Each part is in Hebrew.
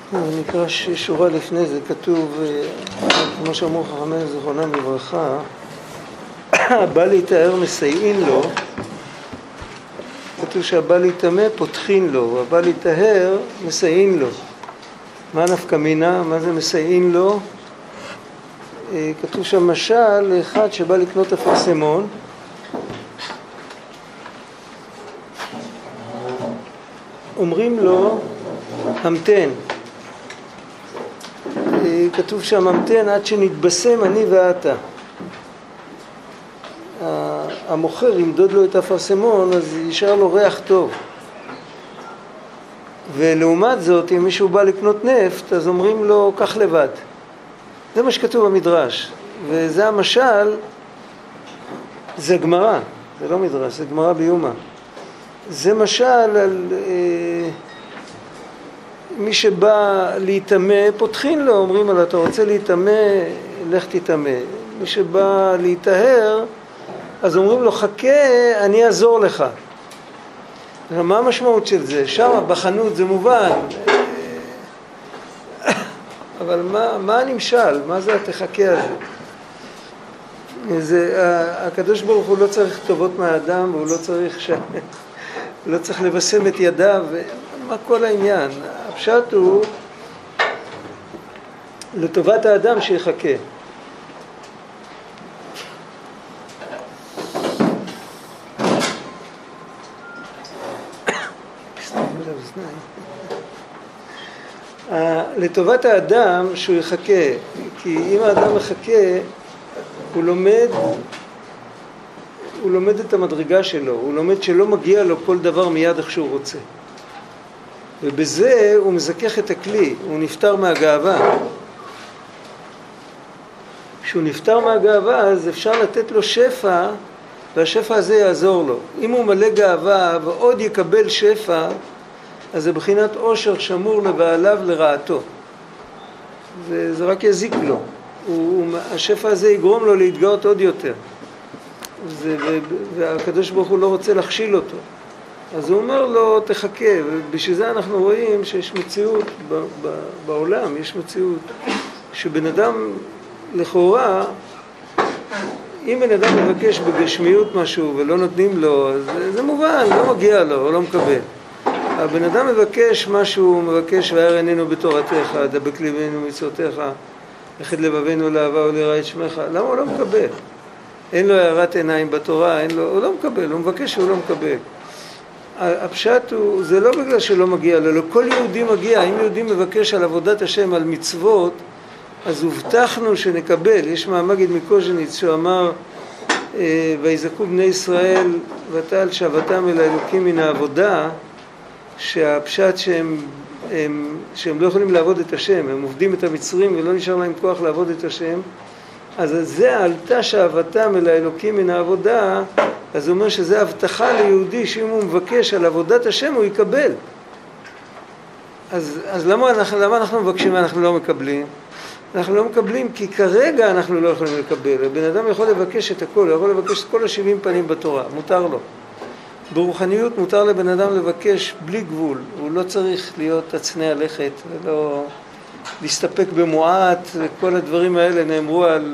נקרא שורה לפני זה, כתוב, כמו שאמרו חכמינו זיכרונם לברכה, הבא להתאר מסייעים לו, כתוב שהבא להתאמה פותחין לו, והבא להתאר מסייעים לו. מה נפקא מינה? מה זה מסייעים לו? כתוב שם משל לאחד שבא לקנות אפרסמון, אומרים לו המתן, כתוב שם המתן עד שנתבשם אני ואתה. המוכר ימדוד לו את האפרסמון אז יישאר לו ריח טוב, ולעומת זאת אם מישהו בא לקנות נפט אז אומרים לו קח לבד. זה מה שכתוב במדרש, וזה המשל, זה גמרא, זה לא מדרש, זה גמרא ביומא. זה משל על מי שבא להתאמה, פותחין לו, אומרים לו, אתה רוצה להתאמה, לך תתאמה. מי שבא להתאהר, אז אומרים לו, חכה, אני אעזור לך. מה המשמעות של זה? שם בחנות זה מובן. אבל מה הנמשל? מה זה התחכה הזה? הקדוש ברוך הוא לא צריך טובות מהאדם, והוא לא צריך לבשם את ידיו, מה כל העניין? הפשט הוא לטובת האדם שיחכה. לטובת האדם שהוא יחכה, כי אם האדם מחכה הוא לומד את המדרגה שלו, הוא לומד שלא מגיע לו כל דבר מיד איך שהוא רוצה, ובזה הוא מזכך את הכלי, הוא נפטר מהגאווה. כשהוא נפטר מהגאווה אז אפשר לתת לו שפע, והשפע הזה יעזור לו. אם הוא מלא גאווה ועוד יקבל שפע, אז זה בחינת עושר שמור לבעליו לרעתו, זה רק יזיק לו. השפע הזה יגרום לו להתגאות עוד יותר, והקדוש ברוך הוא לא רוצה להכשיל אותו, אז הוא אומר לו תחכה. ובשביל זה אנחנו רואים שיש מציאות בעולם, יש מציאות שבן אדם לכאורה, אם בן אדם מבקש בגשמיות משהו ולא נותנים לו, אז זה מובן, לא מגיע לו, הוא לא מקבל. הבן אדם מבקש משהו, מבקש והאר עינינו בתורתך, דבק ליבנו מצוותיך, יחד לבבינו לאהבה ולראה את שמך. למה הוא לא מקבל? אין לו הערת עיניים בתורה, הוא לא מקבל, הוא מבקש שהוא לא מקבל. הפשט הוא, זה לא בגלל שלא מגיע לו, כל יהודי מגיע. אם יהודי מבקש על עבודת השם, על מצוות, אז הובטחנו שנקבל. יש מהמגיד מקוז'ניץ שהוא אמר, ויזעקו בני ישראל ותעל שבתם אל האלוקים מן העבודה, שהפשט שהם לא יכולים לעבוד את השם, הם עובדים את המצרים ולא נשאר להם כוח לעבוד את השם, אז זה עלתה שבתם אל האלוקים מן העבודה. אז הוא אומר שזה הבטחה ליהודי שאם הוא מבקש על עבודת השם הוא יקבל. אז למה אנחנו מבקשים ואנחנו לא מקבלים? אנחנו לא מקבלים כי כרגע אנחנו לא יכולים לקבל. הבן אדם יכול לבקש את הכל, יכול לבקש את כל 70 פנים בתורה, מותר לו. ברוחניות מותר לבן אדם לבקש בלי גבול, הוא לא צריך להיות הצנע לכת ולא להסתפק במועט, וכל הדברים האלה נאמרו על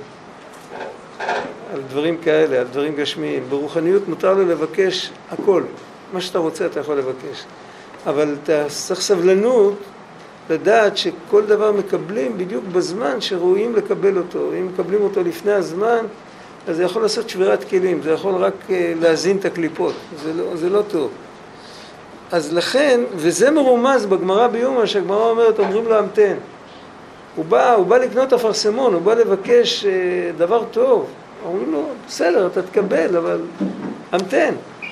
דברים כאלה, על דברים גשמיים. ברוחניות מותר לו לבקש הכל, מה שאתה רוצה אתה יכול לבקש, אבל אתה צריך סבלנות לדעת שכל דבר מקבלים בדיוק בזמן שראויים לקבל אותו. אם מקבלים אותו לפני הזמן, אז זה יכול לעשות שבירת כלים, זה יכול רק להזין את הקליפות, זה לא טוב. אז לכן, וזה מרומז בגמרא ביומא, שהגמרא אומרת, אומרים לו המתן. הוא בא לקנות אפרסמון, הוא בא לבקש דבר טוב. אומרים לו, בסדר, אתה תקבל, אבל המתן.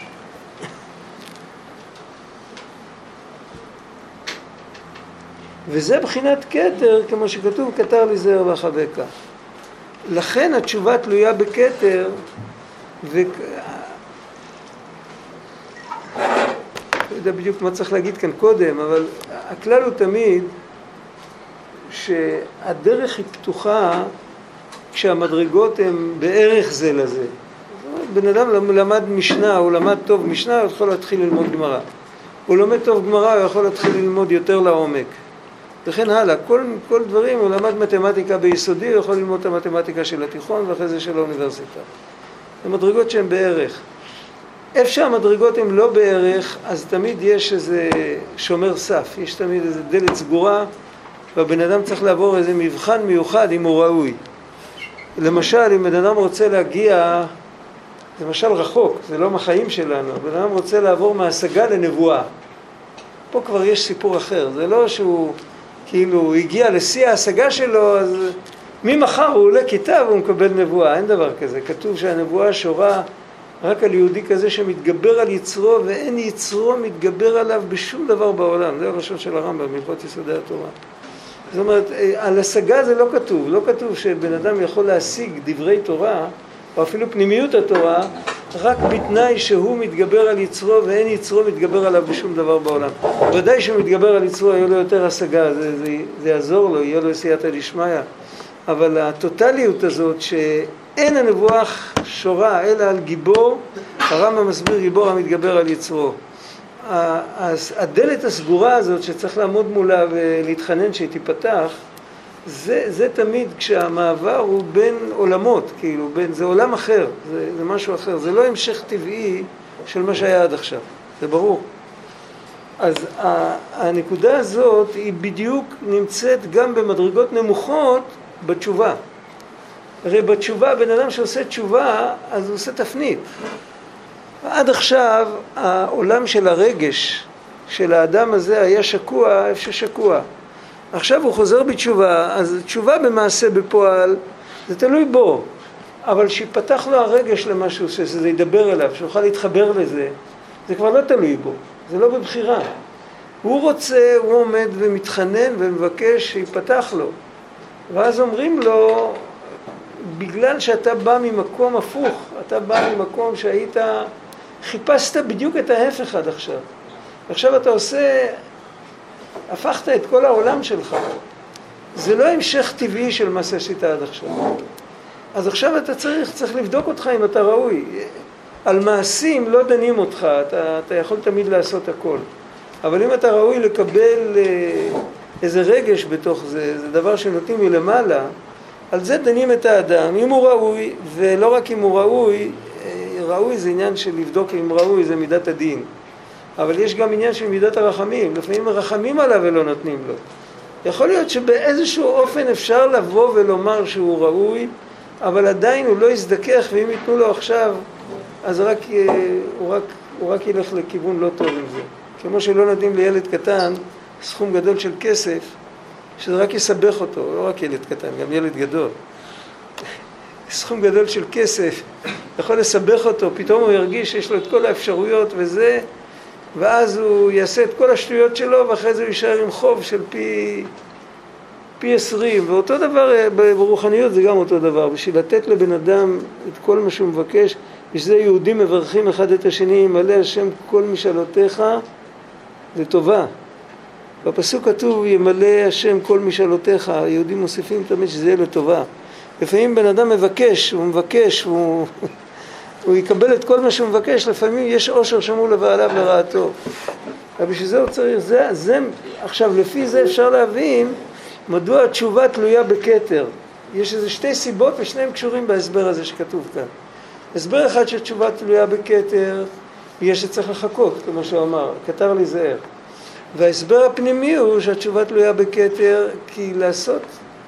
וזה בחינת כתר, כמו שכתוב, כתר לזרע וחבקה. לכן התשובה תלויה בכתר, לא יודע בדיוק מה צריך להגיד כאן קודם, אבל הכלל הוא תמיד שהדרך היא פתוחה כשהמדרגות הן בערך זה לזה. בן אדם למד משנה, הוא למד טוב משנה, הוא יכול להתחיל ללמוד גמרא. הוא לומד טוב גמרא, הוא יכול להתחיל ללמוד יותר לעומק. וכן הלאה. כל דברים, הוא למד מתמטיקה ביסודי, הוא יכול ללמוד את המתמטיקה של התיכון ואחרי זה של האוניברסיטה. זה מדרגות שהן בערך. איפה שהמדרגות הן לא בערך, אז תמיד יש איזה שומר סף, יש תמיד איזה דלת סגורה, והבן אדם צריך לעבור איזה מבחן מיוחד אם הוא ראוי. למשל, אם בן אדם רוצה להגיע, זה משל רחוק, זה לא מהחיים שלנו, בן אדם רוצה לעבור מהשגה לנבואה. פה כבר יש סיפור אחר, זה לא שהוא כאילו הגיע לשיא ההשגה שלו, אז ממחר הוא עולה כיתה והוא מקבל נבואה, אין דבר כזה. כתוב שהנבואה שורה רק על יהודי כזה שמתגבר על יצרו, ואין יצרו מתגבר עליו בשום דבר בעולם. זה הלשון של הרמב"ם, בהלכות יסודי התורה. זאת אומרת, על השגה זה לא כתוב. לא כתוב שבן אדם יכול להשיג דברי תורה, או אפילו פנימיות התורה, רק בתנאי שהוא מתגבר על יצרו, ואין יצרו מתגבר עליו בשום דבר בעולם. ודאי שהוא מתגבר על יצרו, יהיה לו יותר השגה, זה יעזור לו, יהיה לו סייעתא דשמיא. אבל הטוטליות הזאת שאין הנבואה שורה אלא על גיבור, הרמב"ם מסביר גיבור המתגבר על יצרו. הדלת הסגורה הזאת שצריך לעמוד מולה ולהתחנן שהיא תיפתח, זה תמיד כשהמעבר הוא בין עולמות, כאילו, זה עולם אחר, זה משהו אחר, זה לא המשך טבעי של מה שהיה עד עכשיו, זה ברור. אז הנקודה הזאת היא בדיוק נמצאת גם במדרגות נמוכות בתשובה. הרי בתשובה, בן אדם שעושה תשובה, אז הוא עושה תפנית. עד עכשיו, העולם של הרגש של האדם הזה היה שקוע איפה ששקוע. עכשיו הוא חוזר בתשובה, אז תשובה במעשה בפועל, זה תלוי בו. אבל שיפתח לו הרגש למה שהוא עושה, שזה ידבר אליו, שיוכל להתחבר לזה, זה כבר לא תלוי בו, זה לא בבחירה. הוא רוצה, הוא עומד ומתחנן ומבקש שיפתח לו. ואז אומרים לו, בגלל שאתה בא ממקום הפוך, אתה בא ממקום שהיית, חיפשת בדיוק את ההפך עד עכשיו. עכשיו אתה עושה, הפכת את כל העולם שלך. זה לא המשך טבעי של מה שעשית עד עכשיו. אז עכשיו אתה צריך לבדוק אותך אם אתה ראוי. על מעשים לא דנים אותך, אתה יכול תמיד לעשות הכל. אבל אם אתה ראוי לקבל איזה רגש בתוך זה, זה דבר שנותנים מלמעלה, על זה דנים את האדם, אם הוא ראוי, ולא רק אם הוא ראוי, ראוי זה עניין של לבדוק אם ראוי, זה מידת הדין. אבל יש גם עניין של מידת הרחמים, לפעמים מרחמים עליו ולא נותנים לו. יכול להיות שבאיזשהו אופן אפשר לבוא ולומר שהוא ראוי, אבל עדיין הוא לא יזדכך, ואם ייתנו לו עכשיו, אז הוא רק ילך לכיוון לא טוב עם זה. כמו שלא נותנים לילד קטן סכום גדול של כסף, שזה רק יסבך אותו, לא רק ילד קטן, גם ילד גדול. סכום גדול של כסף יכול לסבך אותו, פתאום הוא ירגיש שיש לו את כל האפשרויות וזה, ואז הוא יעשה את כל השטויות שלו, ואחרי זה הוא יישאר עם חוב של פי 20, ואותו דבר ברוחניות זה גם אותו דבר, בשביל לתת לבן אדם את כל מה שהוא מבקש, בשביל זה יהודים מברכים אחד את השני, ימלא השם כל משאלותיך לטובה. בפסוק כתוב ימלא השם כל משאלותיך, היהודים מוסיפים תמיד שזה יהיה לטובה. לפעמים בן אדם מבקש, הוא יקבל את כל מה שהוא מבקש, לפעמים יש עושר שמור לבעליו לרעתו. אבל בשביל זה הוא צריך, עכשיו לפי זה אפשר להבין מדוע התשובה תלויה בכתר. יש איזה שתי סיבות ושניהם קשורים בהסבר הזה שכתוב כאן. הסבר אחד שהתשובה תלויה בכתר, יש שצריך לחכות, כמו שהוא אמר, כתר להיזהר. וההסבר הפנימי הוא שהתשובה תלויה בכתר, כי לעשות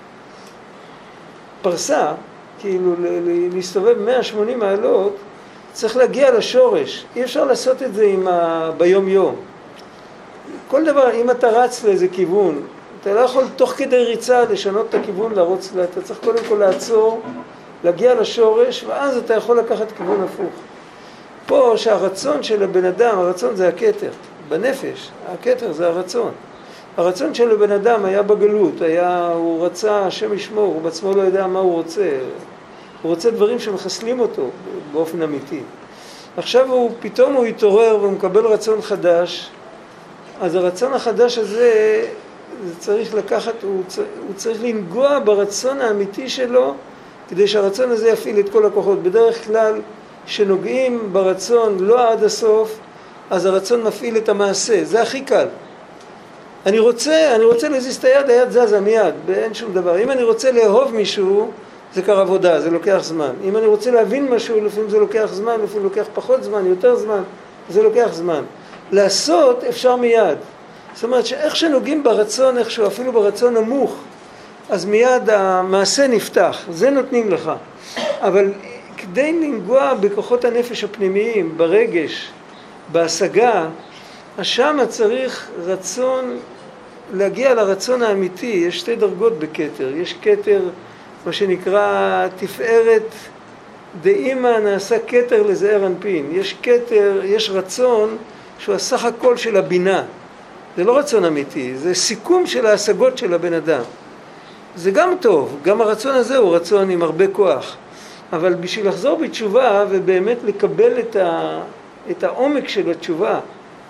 פרסה, כאילו להסתובב 180 מעלות, צריך להגיע לשורש. אי אפשר לעשות את זה ביום יום. כל דבר, אם אתה רץ לאיזה כיוון, אתה לא יכול תוך כדי ריצה לשנות את הכיוון, אתה צריך קודם כל לעצור, להגיע לשורש, ואז אתה יכול לקחת כיוון הפוך. פה שהרצון של הבן אדם, הרצון זה הכתר, בנפש, הכתר זה הרצון. הרצון של הבן אדם היה בגלות, הוא רצה השם ישמור, הוא בעצמו לא יודע מה הוא רוצה. הוא רוצה דברים שמחסלים אותו באופן אמיתי. עכשיו פתאום הוא יתעורר והוא מקבל רצון חדש, אז הרצון החדש הזה, זה צריך לקחת, הוא צריך לנגוע ברצון האמיתי שלו, כדי שהרצון הזה יפעיל את כל הכוחות. בדרך כלל, שנוגעים ברצון לא עד הסוף, אז הרצון מפעיל את המעשה, זה הכי קל. אני רוצה להזיז את היד, היד זזה מיד, אין שום דבר. אם אני רוצה לאהוב מישהו, זה כבר עבודה, זה לוקח זמן. אם אני רוצה להבין משהו, לפעמים זה לוקח זמן, לפעמים לוקח פחות זמן, יותר זמן, זה לוקח זמן. לעשות אפשר מיד. זאת אומרת שאיך שנוגעים ברצון, איכשהו, אפילו ברצון נמוך, אז מיד המעשה נפתח, זה נותנים לך. אבל כדי לנגוע בכוחות הנפש הפנימיים, ברגש, בהשגה, אז שמה צריך רצון, להגיע לרצון האמיתי. יש שתי דרגות בכתר. יש כתר, מה שנקרא תפארת דאמא נעשה כתר לזעיר אנפין. יש כתר, יש רצון שהוא הסך הכל של הבינה. זה לא רצון אמיתי, זה סיכום של ההשגות של הבן אדם. זה גם טוב, גם הרצון הזה הוא רצון עם הרבה כוח. אבל בשביל לחזור בתשובה ובאמת לקבל את העומק של התשובה,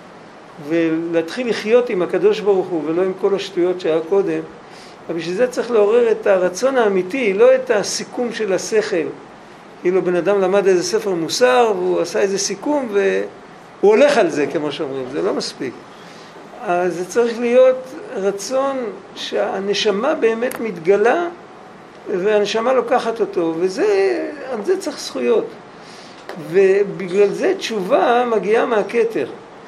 ולהתחיל לחיות עם הקדוש ברוך הוא ולא עם כל השטויות שהיה קודם, ובשביל זה צריך לעורר את הרצון האמיתי, לא את הסיכום של השכל. כאילו בן אדם למד איזה ספר מוסר והוא עשה איזה סיכום והוא הולך על זה, כמו שאומרים, זה לא מספיק. אז זה צריך להיות רצון שהנשמה באמת מתגלה והנשמה לוקחת אותו, וזה, על זה צריך זכויות. ובגלל זה תשובה מגיעה מהכתר.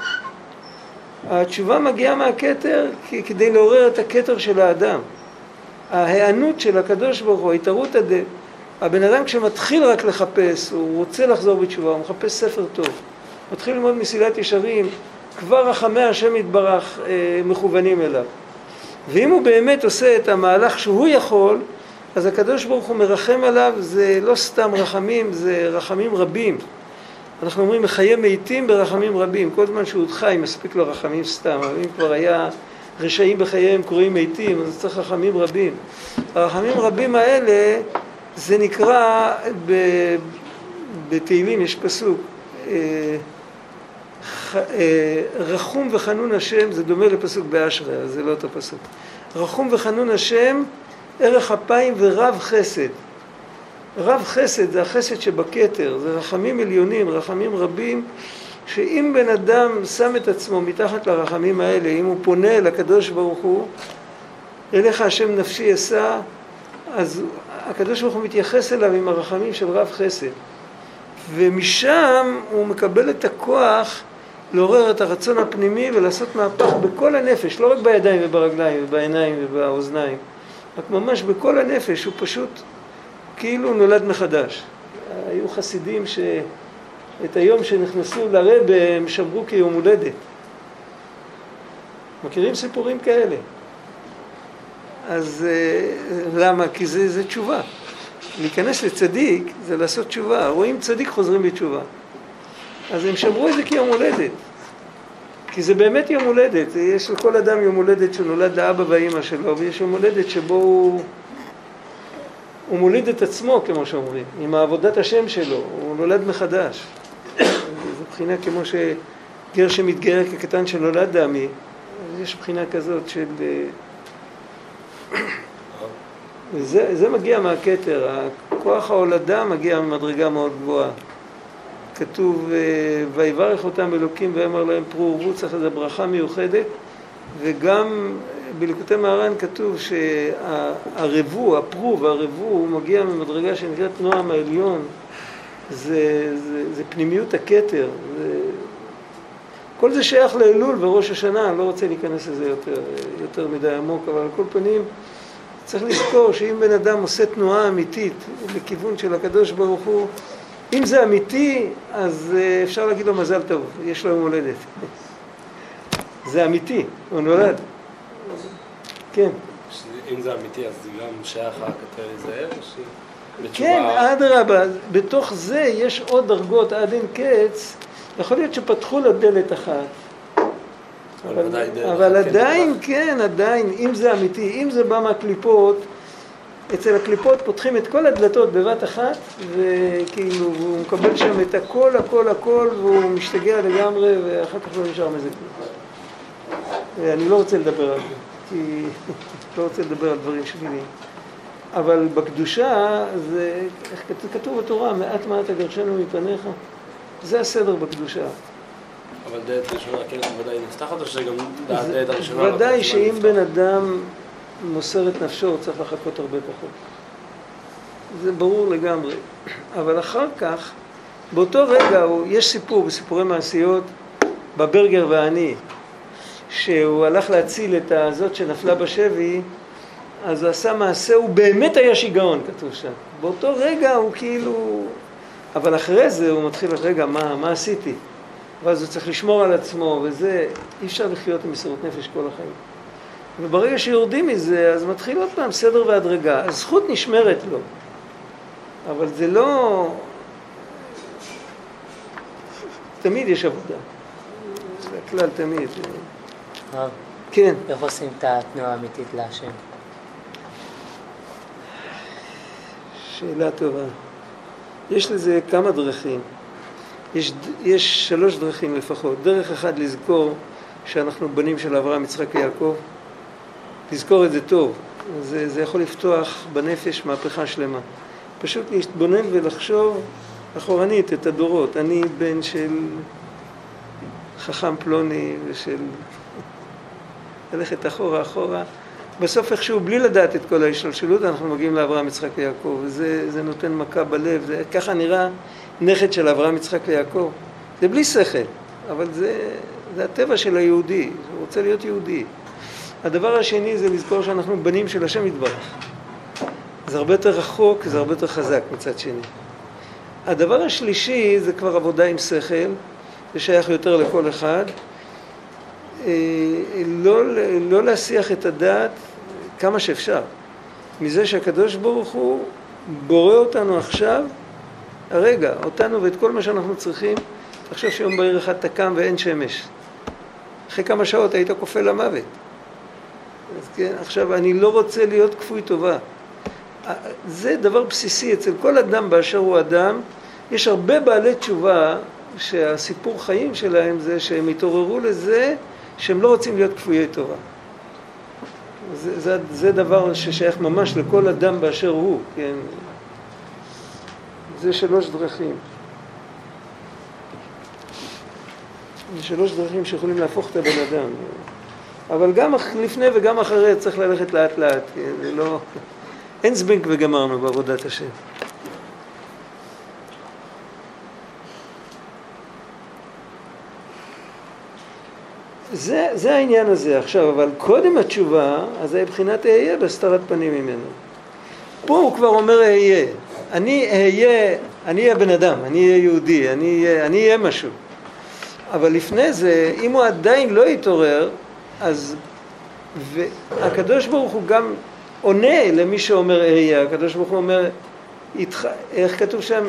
התשובה מגיעה מהכתר כדי לעורר את הכתר של האדם. ההיענות של הקדוש ברוך הוא, ההתערות הבן אדם כשמתחיל רק לחפש, הוא רוצה לחזור בתשובה, הוא מחפש ספר טוב, מתחיל ללמוד מסילת ישרים, כבר רחמי השם יתברך מכוונים אליו. ואם הוא באמת עושה את המהלך שהוא יכול, אז הקדוש ברוך הוא מרחם עליו, זה לא סתם רחמים, זה רחמים רבים. אנחנו אומרים מחיי מתים ברחמים רבים, כל זמן שהוא עוד חי מספיק לו רחמים סתם, אבל אם כבר היה רשעים בחייהם קוראים מתים, אז צריך רחמים רבים. הרחמים רבים האלה, זה נקרא, בתהילים יש פסוק, רחום וחנון השם, זה דומה לפסוק באשרי, אז זה לא אותו פסוק. רחום וחנון השם, ערך אפיים ורב חסד. רב חסד זה החסד שבכתר, זה רחמים עליונים, רחמים רבים, שאם בן אדם שם את עצמו מתחת לרחמים האלה, אם הוא פונה אל הקדוש ברוך הוא, אליך השם נפשי אשא, אז הקדוש ברוך הוא מתייחס אליו עם הרחמים של רב חסד. ומשם הוא מקבל את הכוח לעורר את הרצון הפנימי ולעשות מהפך בכל הנפש, לא רק בידיים וברגליים ובעיניים ובאוזניים, רק ממש בכל הנפש. הוא פשוט כאילו נולד מחדש. היו חסידים שאת היום שנכנסו לרב הם שמרו כיום הולדת. מכירים סיפורים כאלה? אז למה? כי זה תשובה. להיכנס לצדיק זה לעשות תשובה. רואים צדיק חוזרים בתשובה. אז הם שמרו את זה כיום הולדת. כי זה באמת יום הולדת. יש לכל אדם יום הולדת שנולד לאבא ואמא שלו, ויש יום הולדת שבו הוא מוליד את עצמו, כמו שאומרים, עם העבודת השם שלו. הוא נולד מחדש. זו בחינה כמו שגר שמתגייר כקטן שנולד דמי. יש בחינה כזאת של... וזה מגיע מהכתר. כוח ההולדה מגיע ממדרגה מאוד גבוהה. כתוב, ויברך אותם אלוקים ואמר להם פרו ורבו, צריך לזה ברכה מיוחדת. וגם בליקוטי מהר"ן כתוב שהרבו, הפרו והרבו, הוא מגיע ממדרגה שנקראת נועם העליון. זה פנימיות הכתר. כל זה שייך לאלול וראש השנה, אני לא רוצה להיכנס לזה יותר מדי עמוק, אבל על כל פנים צריך לזכור שאם בן אדם עושה תנועה אמיתית לכיוון של הקדוש ברוך הוא, אם זה אמיתי, אז אפשר להגיד לו מזל טוב, יש לו יום הולדת. זה אמיתי, הוא נולד. כן. אם זה אמיתי, אז זה גם שייך רק יותר להיזהר? כן, אדרבה, בתוך זה יש עוד דרגות עד אין קץ. יכול להיות שפתחו לו דלת אחת. אבל עדיין, כן, עדיין, אם זה אמיתי, אם זה בא מהקליפות, אצל הקליפות פותחים את כל הדלתות בבת אחת, וכאילו, הוא מקבל שם את הכל, הכל, הכל, והוא משתגע לגמרי, ואחר כך לא נשאר מזה כלום. אני לא רוצה לדבר על זה, כי לא רוצה לדבר על דברים שבילים. אבל בקדושה, זה, איך כתוב בתורה, מעט מעט אגרשנו מפניך, זה הסדר בקדושה. אבל דעת ראשונה, כן, ודאי נפתחת או שגם דעת הראשונה? ודאי שאם בן אדם מוסר את נפשו, הוא צריך לחכות הרבה פחות. זה ברור לגמרי. אבל אחר כך, באותו רגע, יש סיפור, בסיפורי מעשיות, בברגר והעני, שהוא הלך להציל את הזאת שנפלה בשבי, אז הוא עשה מעשה, הוא באמת היה שיגעון, כתוב שם. באותו רגע הוא כאילו... אבל אחרי זה הוא מתחיל, רגע, מה עשיתי? ואז הוא צריך לשמור על עצמו, וזה, אי אפשר לחיות עם מסירות נפש כל החיים. וברגע שיורדים מזה, אז מתחיל עוד פעם סדר והדרגה. הזכות נשמרת לו, אבל זה לא... תמיד יש עבודה. זה הכלל תמיד. כן. איך עושים את התנועה האמיתית להשם? שאלה טובה. יש לזה כמה דרכים. יש 3 דרכים לפחות. דרך אחד לזכור שאנחנו בנים של אברהם, יצחק ויעקב. לזכור את זה טוב. זה יכול לפתוח בנפש מהפכה שלמה. פשוט להתבונן ולחשוב אחורנית את הדורות. אני בן של חכם פלוני ושל... ללכת אחורה. בסוף איכשהו, בלי לדעת את כל ההשתלשלות, אנחנו מגיעים לאברהם, יצחק ויעקב, וזה נותן מכה בלב. ככה נראה נכד של אברהם, יצחק ויעקב. זה בלי שכל, אבל זה הטבע של היהודי, הוא רוצה להיות יהודי. הדבר השני זה לזכור שאנחנו בנים של השם יתברך. זה הרבה יותר רחוק, זה הרבה יותר חזק מצד שני. הדבר השלישי זה כבר עבודה עם שכל, זה שייך יותר לכל אחד. לא להסיח את הדעת כמה שאפשר. מזה שהקדוש ברוך הוא בורא אותנו עכשיו, הרגע, אותנו ואת כל מה שאנחנו צריכים. עכשיו שיום בעיר אחד תקם ואין שמש. אחרי כמה שעות היית כופל למוות. אז כן, עכשיו אני לא רוצה להיות כפוי טובה. זה דבר בסיסי אצל כל אדם באשר הוא אדם. יש הרבה בעלי תשובה שהסיפור חיים שלהם זה שהם התעוררו לזה שהם לא רוצים להיות כפויי טובה. זה דבר ששייך ממש לכל אדם באשר הוא, כן? זה 3 דרכים. זה 3 דרכים שיכולים להפוך את הבן אדם. אבל גם לפני וגם אחרי צריך ללכת לאט לאט, כן? זה לא... אין זבנג וגמרנו בעבודת השם. זה העניין הזה עכשיו, אבל קודם התשובה, אז זה בחינת אהיה בהסתרת פנים ממנו. פה הוא כבר אומר אהיה. אני אהיה בן אדם, אני אהיה יהודי, אני אהיה משהו. אבל לפני זה, אם הוא עדיין לא יתעורר, אז והקדוש ברוך הוא גם עונה למי שאומר אהיה. הקדוש ברוך הוא אומר, איך כתוב שם?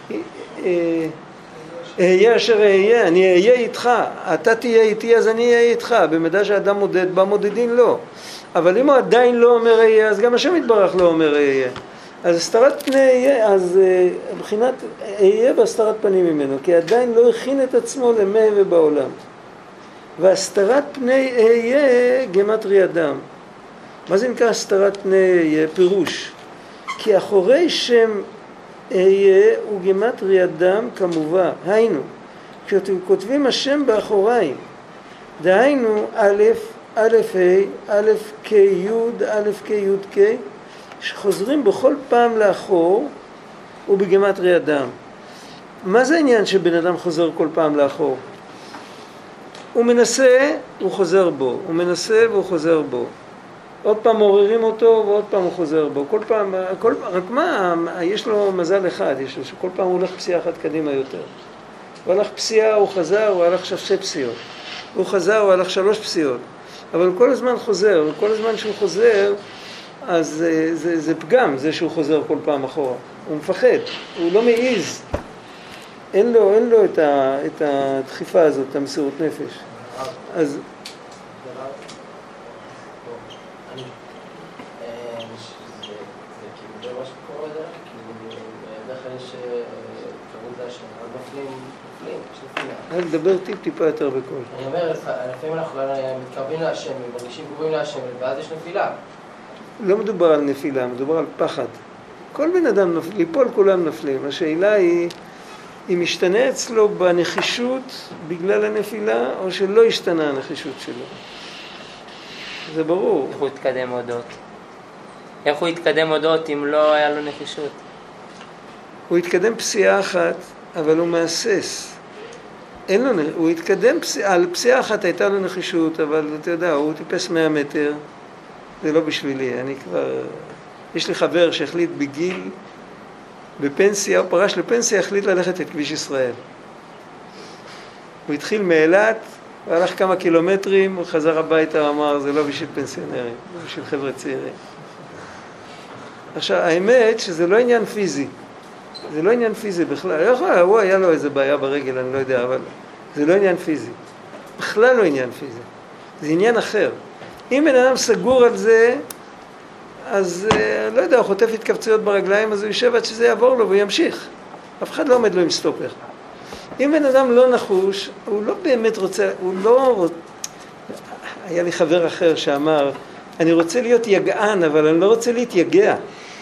אהיה אשר אהיה, אני אהיה איתך, אתה תהיה איתי אז אני אהיה איתך, במידה שאדם מודד בה מודדים לא. אבל אם הוא עדיין לא אומר אהיה, אז גם השם יתברך לא אומר אהיה. אז הסתרת פני אהיה, אז מבחינת אהיה בהסתרת פנים ממנו, כי עדיין לא הכין את עצמו למה ובעולם. והסתרת פני אהיה גמטרי אדם. מה זה נקרא הסתרת פני אהיה? פירוש. כי אחורי שם אהיה הוא גמטרי אדם כמובן. היינו, כשאתם כותבים השם באחוריים, דהיינו א', א', ה', א', כ', י', א', כ', י', כ', שחוזרים בכל פעם לאחור ובגמטרי אדם. מה זה העניין שבן אדם חוזר כל פעם לאחור? הוא מנסה, הוא חוזר בו, הוא מנסה והוא חוזר בו. עוד פעם מעוררים אותו ועוד פעם הוא חוזר בו. כל פעם, רק מה, יש לו מזל אחד, יש לו שכל פעם הוא הולך פסיעה אחת קדימה יותר. הוא הלך פסיעה, הוא חזר, הוא הלך 2 פסיעות. הוא חזר, הוא הלך 3 פסיעות. אבל הוא כל הזמן חוזר, וכל הזמן שהוא חוזר, אז זה פגם, זה שהוא חוזר כל פעם אחורה. הוא מפחד, הוא לא מעיז. אין לו את הדחיפה הזאת, את המסירות נפש. אז... רק דבר טיפה יותר בקול. אני אומר, לפעמים אנחנו מתקרבים להשם, מרגישים קרובים להשם, ואז יש נפילה. לא מדובר על נפילה, מדובר על פחד. כל בן אדם ליפול כולם נפלים. השאלה היא אם השתנה אצלו בנחישות בגלל הנפילה, או שלא השתנה הנחישות שלו. זה ברור. איך הוא התקדם הודות? איך הוא התקדם הודות אם לא היה לו נחישות? הוא התקדם פסיעה אחת, אבל הוא מאסס. אין לו, הוא התקדם, על פסיעה אחת הייתה לו נחישות, אבל אתה יודע, הוא טיפס 100 מטר, זה לא בשבילי, אני כבר, יש לי חבר שהחליט בגיל, בפנסיה, הוא פרש לפנסיה, החליט ללכת את כביש ישראל. הוא התחיל מאילת, הוא הלך כמה קילומטרים, הוא חזר הביתה, הוא אמר, זה לא בשביל פנסיונרים, זה בשביל חבר'ה צעירים. עכשיו, האמת שזה לא עניין פיזי. זה לא עניין פיזי בכלל. הוא היה לו איזה בעיה ברגל, אני לא יודע, אבל זה לא עניין פיזי. בכלל לא עניין פיזי. זה עניין אחר. אם בן אדם סגור על זה, אז לא יודע, הוא חוטף התכווצויות ברגליים, אז הוא יושב עד שזה יעבור לו וימשיך. אף אחד לא עומד לו עם סטופר. אם בן אדם לא נחוש, הוא לא באמת רוצה, הוא לא... היה לי חבר אחר שאמר, אני רוצה להיות יגען, אבל אני לא רוצה להתייגע.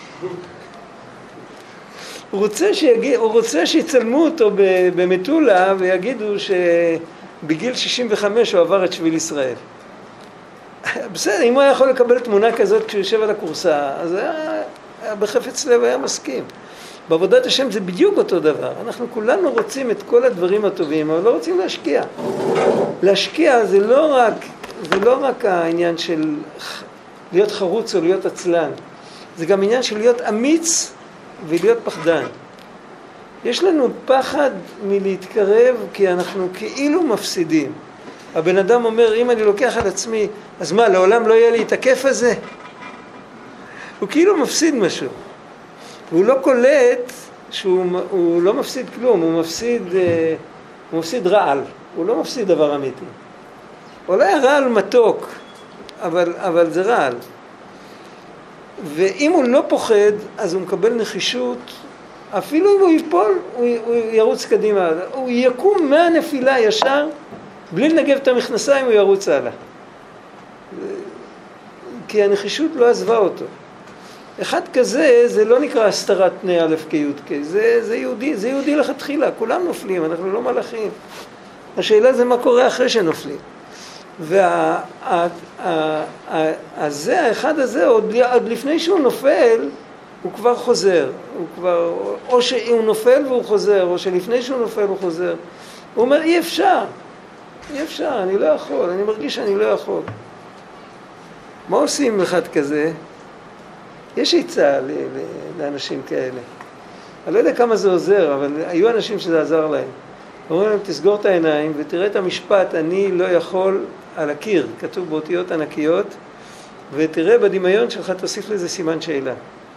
הוא רוצה שיצלמו אותו במטולה ויגידו שבגיל 65 הוא עבר את שביל ישראל. בסדר, אם הוא היה יכול לקבל תמונה כזאת כשהוא יושב על הקורסה, אז היה בחפץ לב, היה מסכים. בעבודת השם זה בדיוק אותו דבר. אנחנו כולנו רוצים את כל הדברים הטובים, אבל לא רוצים להשקיע. להשקיע זה לא רק העניין של להיות חרוץ או להיות עצלן. זה גם עניין של להיות אמיץ ולהיות פחדן. יש לנו פחד מלהתקרב כי אנחנו כאילו מפסידים. הבן אדם אומר, אם אני לוקח על עצמי, אז מה, לעולם לא יהיה לי את הכיף הזה? הוא כאילו מפסיד משהו. והוא לא קולט שהוא לא מפסיד כלום, הוא מפסיד רעל. הוא לא מפסיד דבר אמיתי. אולי הרעל מתוק, אבל זה רעל. ואם הוא לא פוחד, אז הוא מקבל נחישות, אפילו אם הוא ייפול, הוא ירוץ קדימה. הוא יקום מהנפילה ישר, בלי לנגב את המכנסיים, הוא ירוץ הלאה. כי הנחישות לא עזבה אותו. אחד כזה, זה לא נקרא הסתרת פני א' כי' כ', זה יהודי לכתחילה, כולם נופלים, אנחנו לא מלאכים. השאלה זה מה קורה אחרי שנופלים. האחד הזה, עוד לפני שהוא נופל, הוא כבר חוזר. או שהוא נופל והוא חוזר, או שלפני שהוא נופל הוא חוזר. הוא אומר, אי אפשר, אני לא יכול, אני מרגיש שאני לא יכול. מה עושים אחד כזה? יש עצה לאנשים כאלה. אני לא יודע כמה זה עוזר, אבל היו אנשים שזה עזר להם. אומרים להם, תסגור את העיניים ותראה את המשפט, אני לא יכול על הקיר, כתוב באותיות ענקיות, ותראה בדמיון שלך, תוסיף לזה סימן שאלה.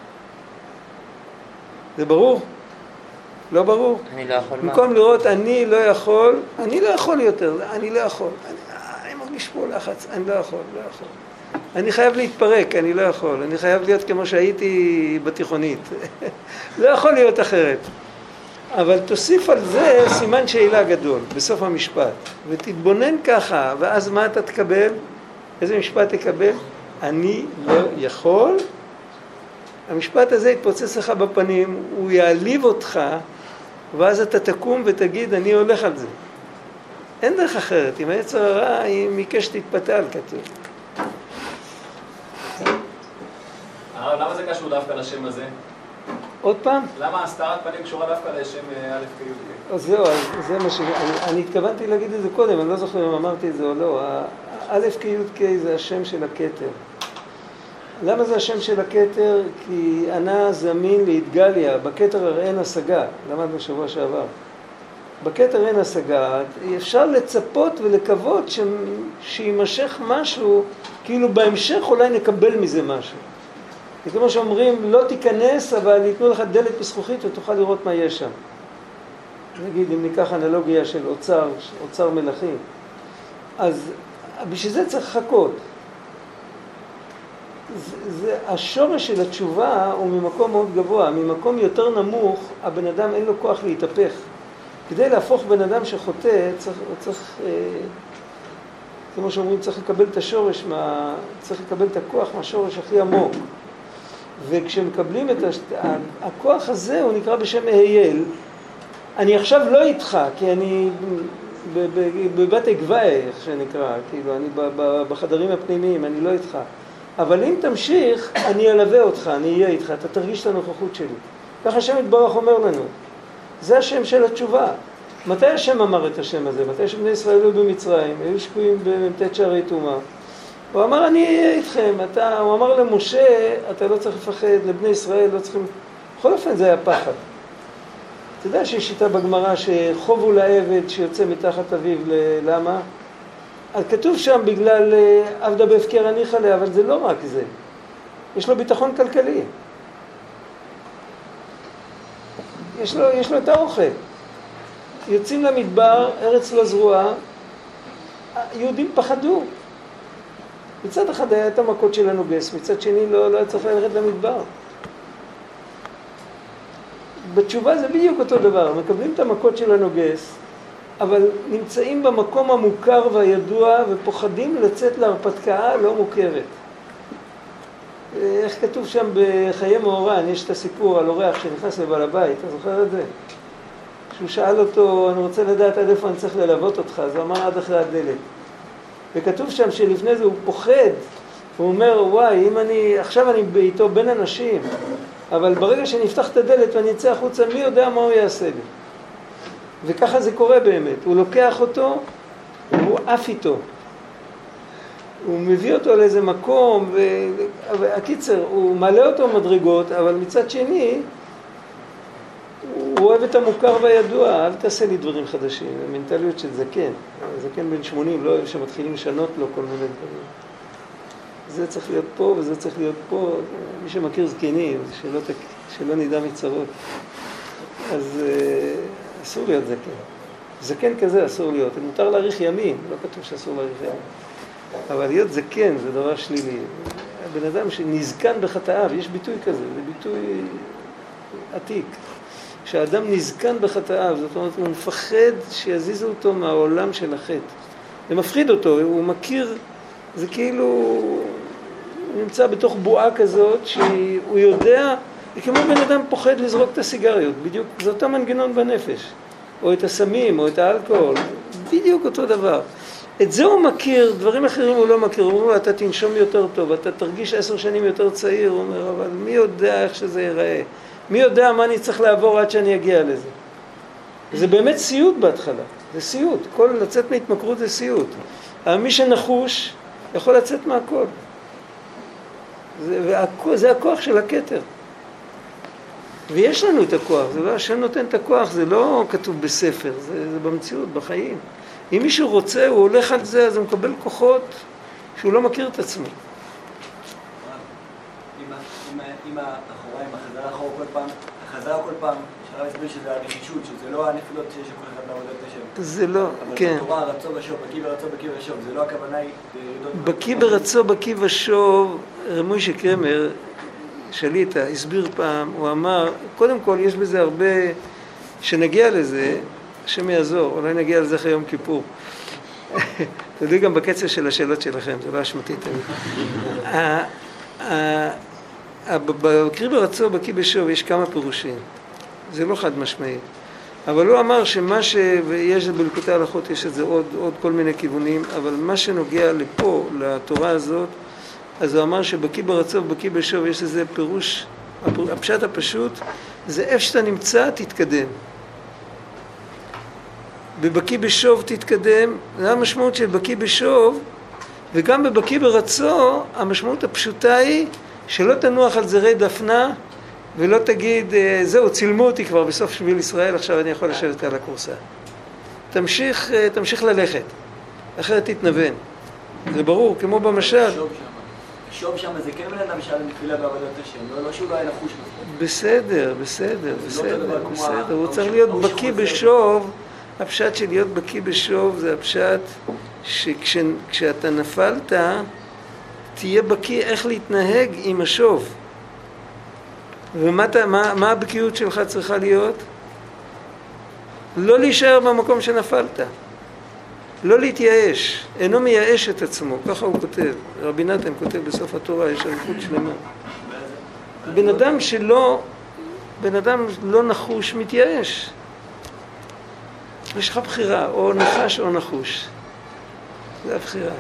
זה ברור? לא ברור? אני לא יכול מה? במקום לראות, אני לא יכול יותר, אני לא יכול. אני מרגיש פה לחץ, אני לא יכול. אני חייב להתפרק, אני לא יכול. אני חייב להיות כמו שהייתי בתיכונית. לא יכול להיות אחרת. אבל תוסיף על זה סימן שאלה גדול, בסוף המשפט. ותתבונן ככה, ואז מה אתה תקבל? איזה משפט תקבל? אני לא יכול. המשפט הזה יתפוצץ לך בפנים, הוא יעליב אותך, ואז אתה תקום ותגיד, אני הולך על זה. אין דרך אחרת. אם היצר הרע, היא מקש תתפתל, כתוב. למה זה קשור דווקא לשם הזה? עוד פעם? למה הסתרת פנים קשורה דווקא לשם א' כ'? אז זהו, זה מה אני התכוונתי להגיד את זה קודם, אני לא זוכר אם אמרתי את זה או לא. א' כ' כ' זה השם של הכתר. למה זה השם של הכתר? כי ענה זמין להתגליה, בכתר הרי אין השגה, למדנו שבוע שעבר. בכתר אין השגה, אפשר לצפות ולקוות שימשך משהו, כאילו בהמשך אולי נקבל מזה משהו. כמו שאומרים, לא תיכנס, אבל ייתנו לך דלת בזכוכית ותוכל לראות מה יש שם. נגיד, אם ניקח אנלוגיה של אוצר מלכים, אז בשביל זה צריך לחכות. השורש של התשובה הוא ממקום מאוד גבוה, ממקום יותר נמוך, הבן אדם אין לו כוח להתהפך. כדי להפוך בן אדם שחוטא, צריך כמו שאומרים, צריך לקבל את השורש, צריך לקבל את הכוח מהשורש הכי עמוק. וכשמקבלים את הכוח הזה, הוא נקרא בשם אהייל. אני עכשיו לא איתך, כי אני בבת אגווה, איך שנקרא, כאילו, אני בחדרים הפנימיים, אני לא איתך. אבל אם תמשיך, אני אלווה אותך, אני אהיה איתך, אתה תרגיש את הנוכחות שלי. ככה השם יתברך אומר לנו. זה השם של התשובה. מתי השם אמר את השם הזה? מתי שבני ישראל היו במצרים, היו שקועים במ"ט שערי טומאה. הוא אמר, אני אהיה איתכם. הוא אמר למשה, אתה לא צריך לפחד, לבני ישראל לא צריכים... בכל אופן זה היה פחד. אתה יודע שיש שיטה בגמרא שחובו לעבד שיוצא מתחת אביו, למה? אז כתוב שם בגלל עבדה בהפקר הניחא לה, אבל זה לא רק זה. יש לו ביטחון כלכלי. יש לו את האוכל. יוצאים למדבר, ארץ לא זרועה, יהודים פחדו. מצד אחד היה את המכות של הנוגס, מצד שני לא היה צריך ללכת למדבר. בתשובה זה בדיוק אותו דבר, מקבלים את המכות של הנוגס, אבל נמצאים במקום המוכר והידוע ופוחדים לצאת להרפתקה לא מוכרת. איך כתוב שם בחיי מאורן, יש את הסיפור על אורח שנכנס לבעל הבית, אתה זוכר את זה? שהוא שאל אותו, אני רוצה לדעת עד איפה אני צריך ללוות אותך, אז הוא אמר עד אחרי הדלת. וכתוב שם שלפני זה הוא פוחד, הוא אומר, וואי, עכשיו אני איתו בין אנשים, אבל ברגע שנפתח את הדלת ואני אצא החוצה, מי יודע מה הוא יעשה לי? וככה זה קורה באמת, הוא לוקח אותו, והוא עף איתו. הוא מביא אותו לאיזה מקום, והקיצר, הוא מעלה אותו מדרגות, אבל מצד שני, הוא אוהב את המוכר והידוע, אל תעשה לי דברים חדשים, המנטליות של זקן. זקן בן 80, לא אוהב שמתחילים לשנות לו כל מיני דברים. זה צריך להיות פה וזה צריך להיות פה, מי שמכיר זקנים, שלא נדע מצרות. אז אסור להיות זקן. זקן כזה אסור להיות, מותר להאריך ימים, לא כתוב שאסור להאריך ימים. אבל להיות זקן זה דבר שלילי. הבן אדם שנזקן בחטאיו, יש ביטוי כזה, זה ביטוי עתיק. כשאדם נזקן בחטאיו, זאת אומרת, הוא מפחד שיזיזו אותו מהעולם של החטא. זה מפחיד אותו, הוא מכיר, זה כאילו, הוא נמצא בתוך בועה כזאת, שהוא יודע, כמו בן אדם פוחד לזרוק את הסיגריות, בדיוק, זה אותו מנגנון בנפש, או את הסמים, או את האלכוהול, בדיוק אותו דבר. את זה הוא מכיר, דברים אחרים הוא לא מכיר, הוא אומר, אתה תנשום יותר טוב, אתה תרגיש 10 שנים יותר צעיר, הוא אומר, אבל מי יודע איך שזה ייראה? מי יודע מה אני צריך לעבור עד שאני אגיע לזה? זה באמת סיוט בהתחלה, זה סיוט, לצאת מהתמכרות זה סיוט. אבל מי שנחוש יכול לצאת מהכל. זה הכוח של הכתר. ויש לנו את הכוח, זה לא השם נותן את הכוח, זה לא כתוב בספר, זה במציאות, בחיים. אם מישהו רוצה, הוא הולך על זה, אז הוא מקבל כוחות שהוא לא מכיר את עצמו. אם האחוריים, החזרה כל פעם, אפשר להסביר שזה הנחישות, שזה לא הנפילות שיש לכל אחד לעבודת השם. זה לא, כן. אבל בתורה רצו ושוב, בקיא ורצו, בקיא ושוב, זה לא הכוונה היא... בקיא ברצו, בקיא ושוב, מוישה קרמר, שליטה, הסביר פעם, הוא אמר, קודם כל יש בזה הרבה, שנגיע לזה, השם יעזור, אולי נגיע לזה אחרי יום כיפור. תדעי גם בקצר של השאלות שלכם, זה לא אשמתי תמיד. בקיא ברצו, בקיא בשוב, יש כמה פירושים. זה לא חד משמעי. אבל הוא אמר שמה ויש בליקוטי ההלכות, יש את זה עוד כל מיני כיוונים, אבל מה שנוגע לפה, לתורה הזאת, אז הוא אמר שבקיא ברצו ובקיא בשוב יש איזה פירוש, הפשט הפשוט, זה איפה שאתה נמצא, תתקדם. בבקיא בשוב תתקדם, זה המשמעות של בקיא בשוב, וגם בבקיא ברצו, המשמעות הפשוטה היא, שלא תנוח על זרי דפנה, ולא תגיד, זהו, צילמו אותי כבר בסוף שביל ישראל, עכשיו אני יכול לשבת על הקורסה. תמשיך ללכת, אחרת תתנוון. זה ברור, כמו במשל. שוב שם זה כן בן אדם שאלה נפילה בעבודת השם, לא שהוא לא היה נחוש. בסדר. הוא צריך להיות בקיא בשוב. הפשט של להיות בקיא בשוב זה הפשט שכשאתה נפלת, תהיה בקיא איך להתנהג עם השוב. ומה הבקיאות שלך צריכה להיות? לא להישאר במקום שנפלת. לא להתייאש. אינו מייאש את עצמו. ככה הוא כותב. רבי נתן כותב בסוף התורה, יש אריכות שלמה. בן אדם לא נחוש מתייאש. יש לך בחירה, או נחש או נחוש. זה הבחירה.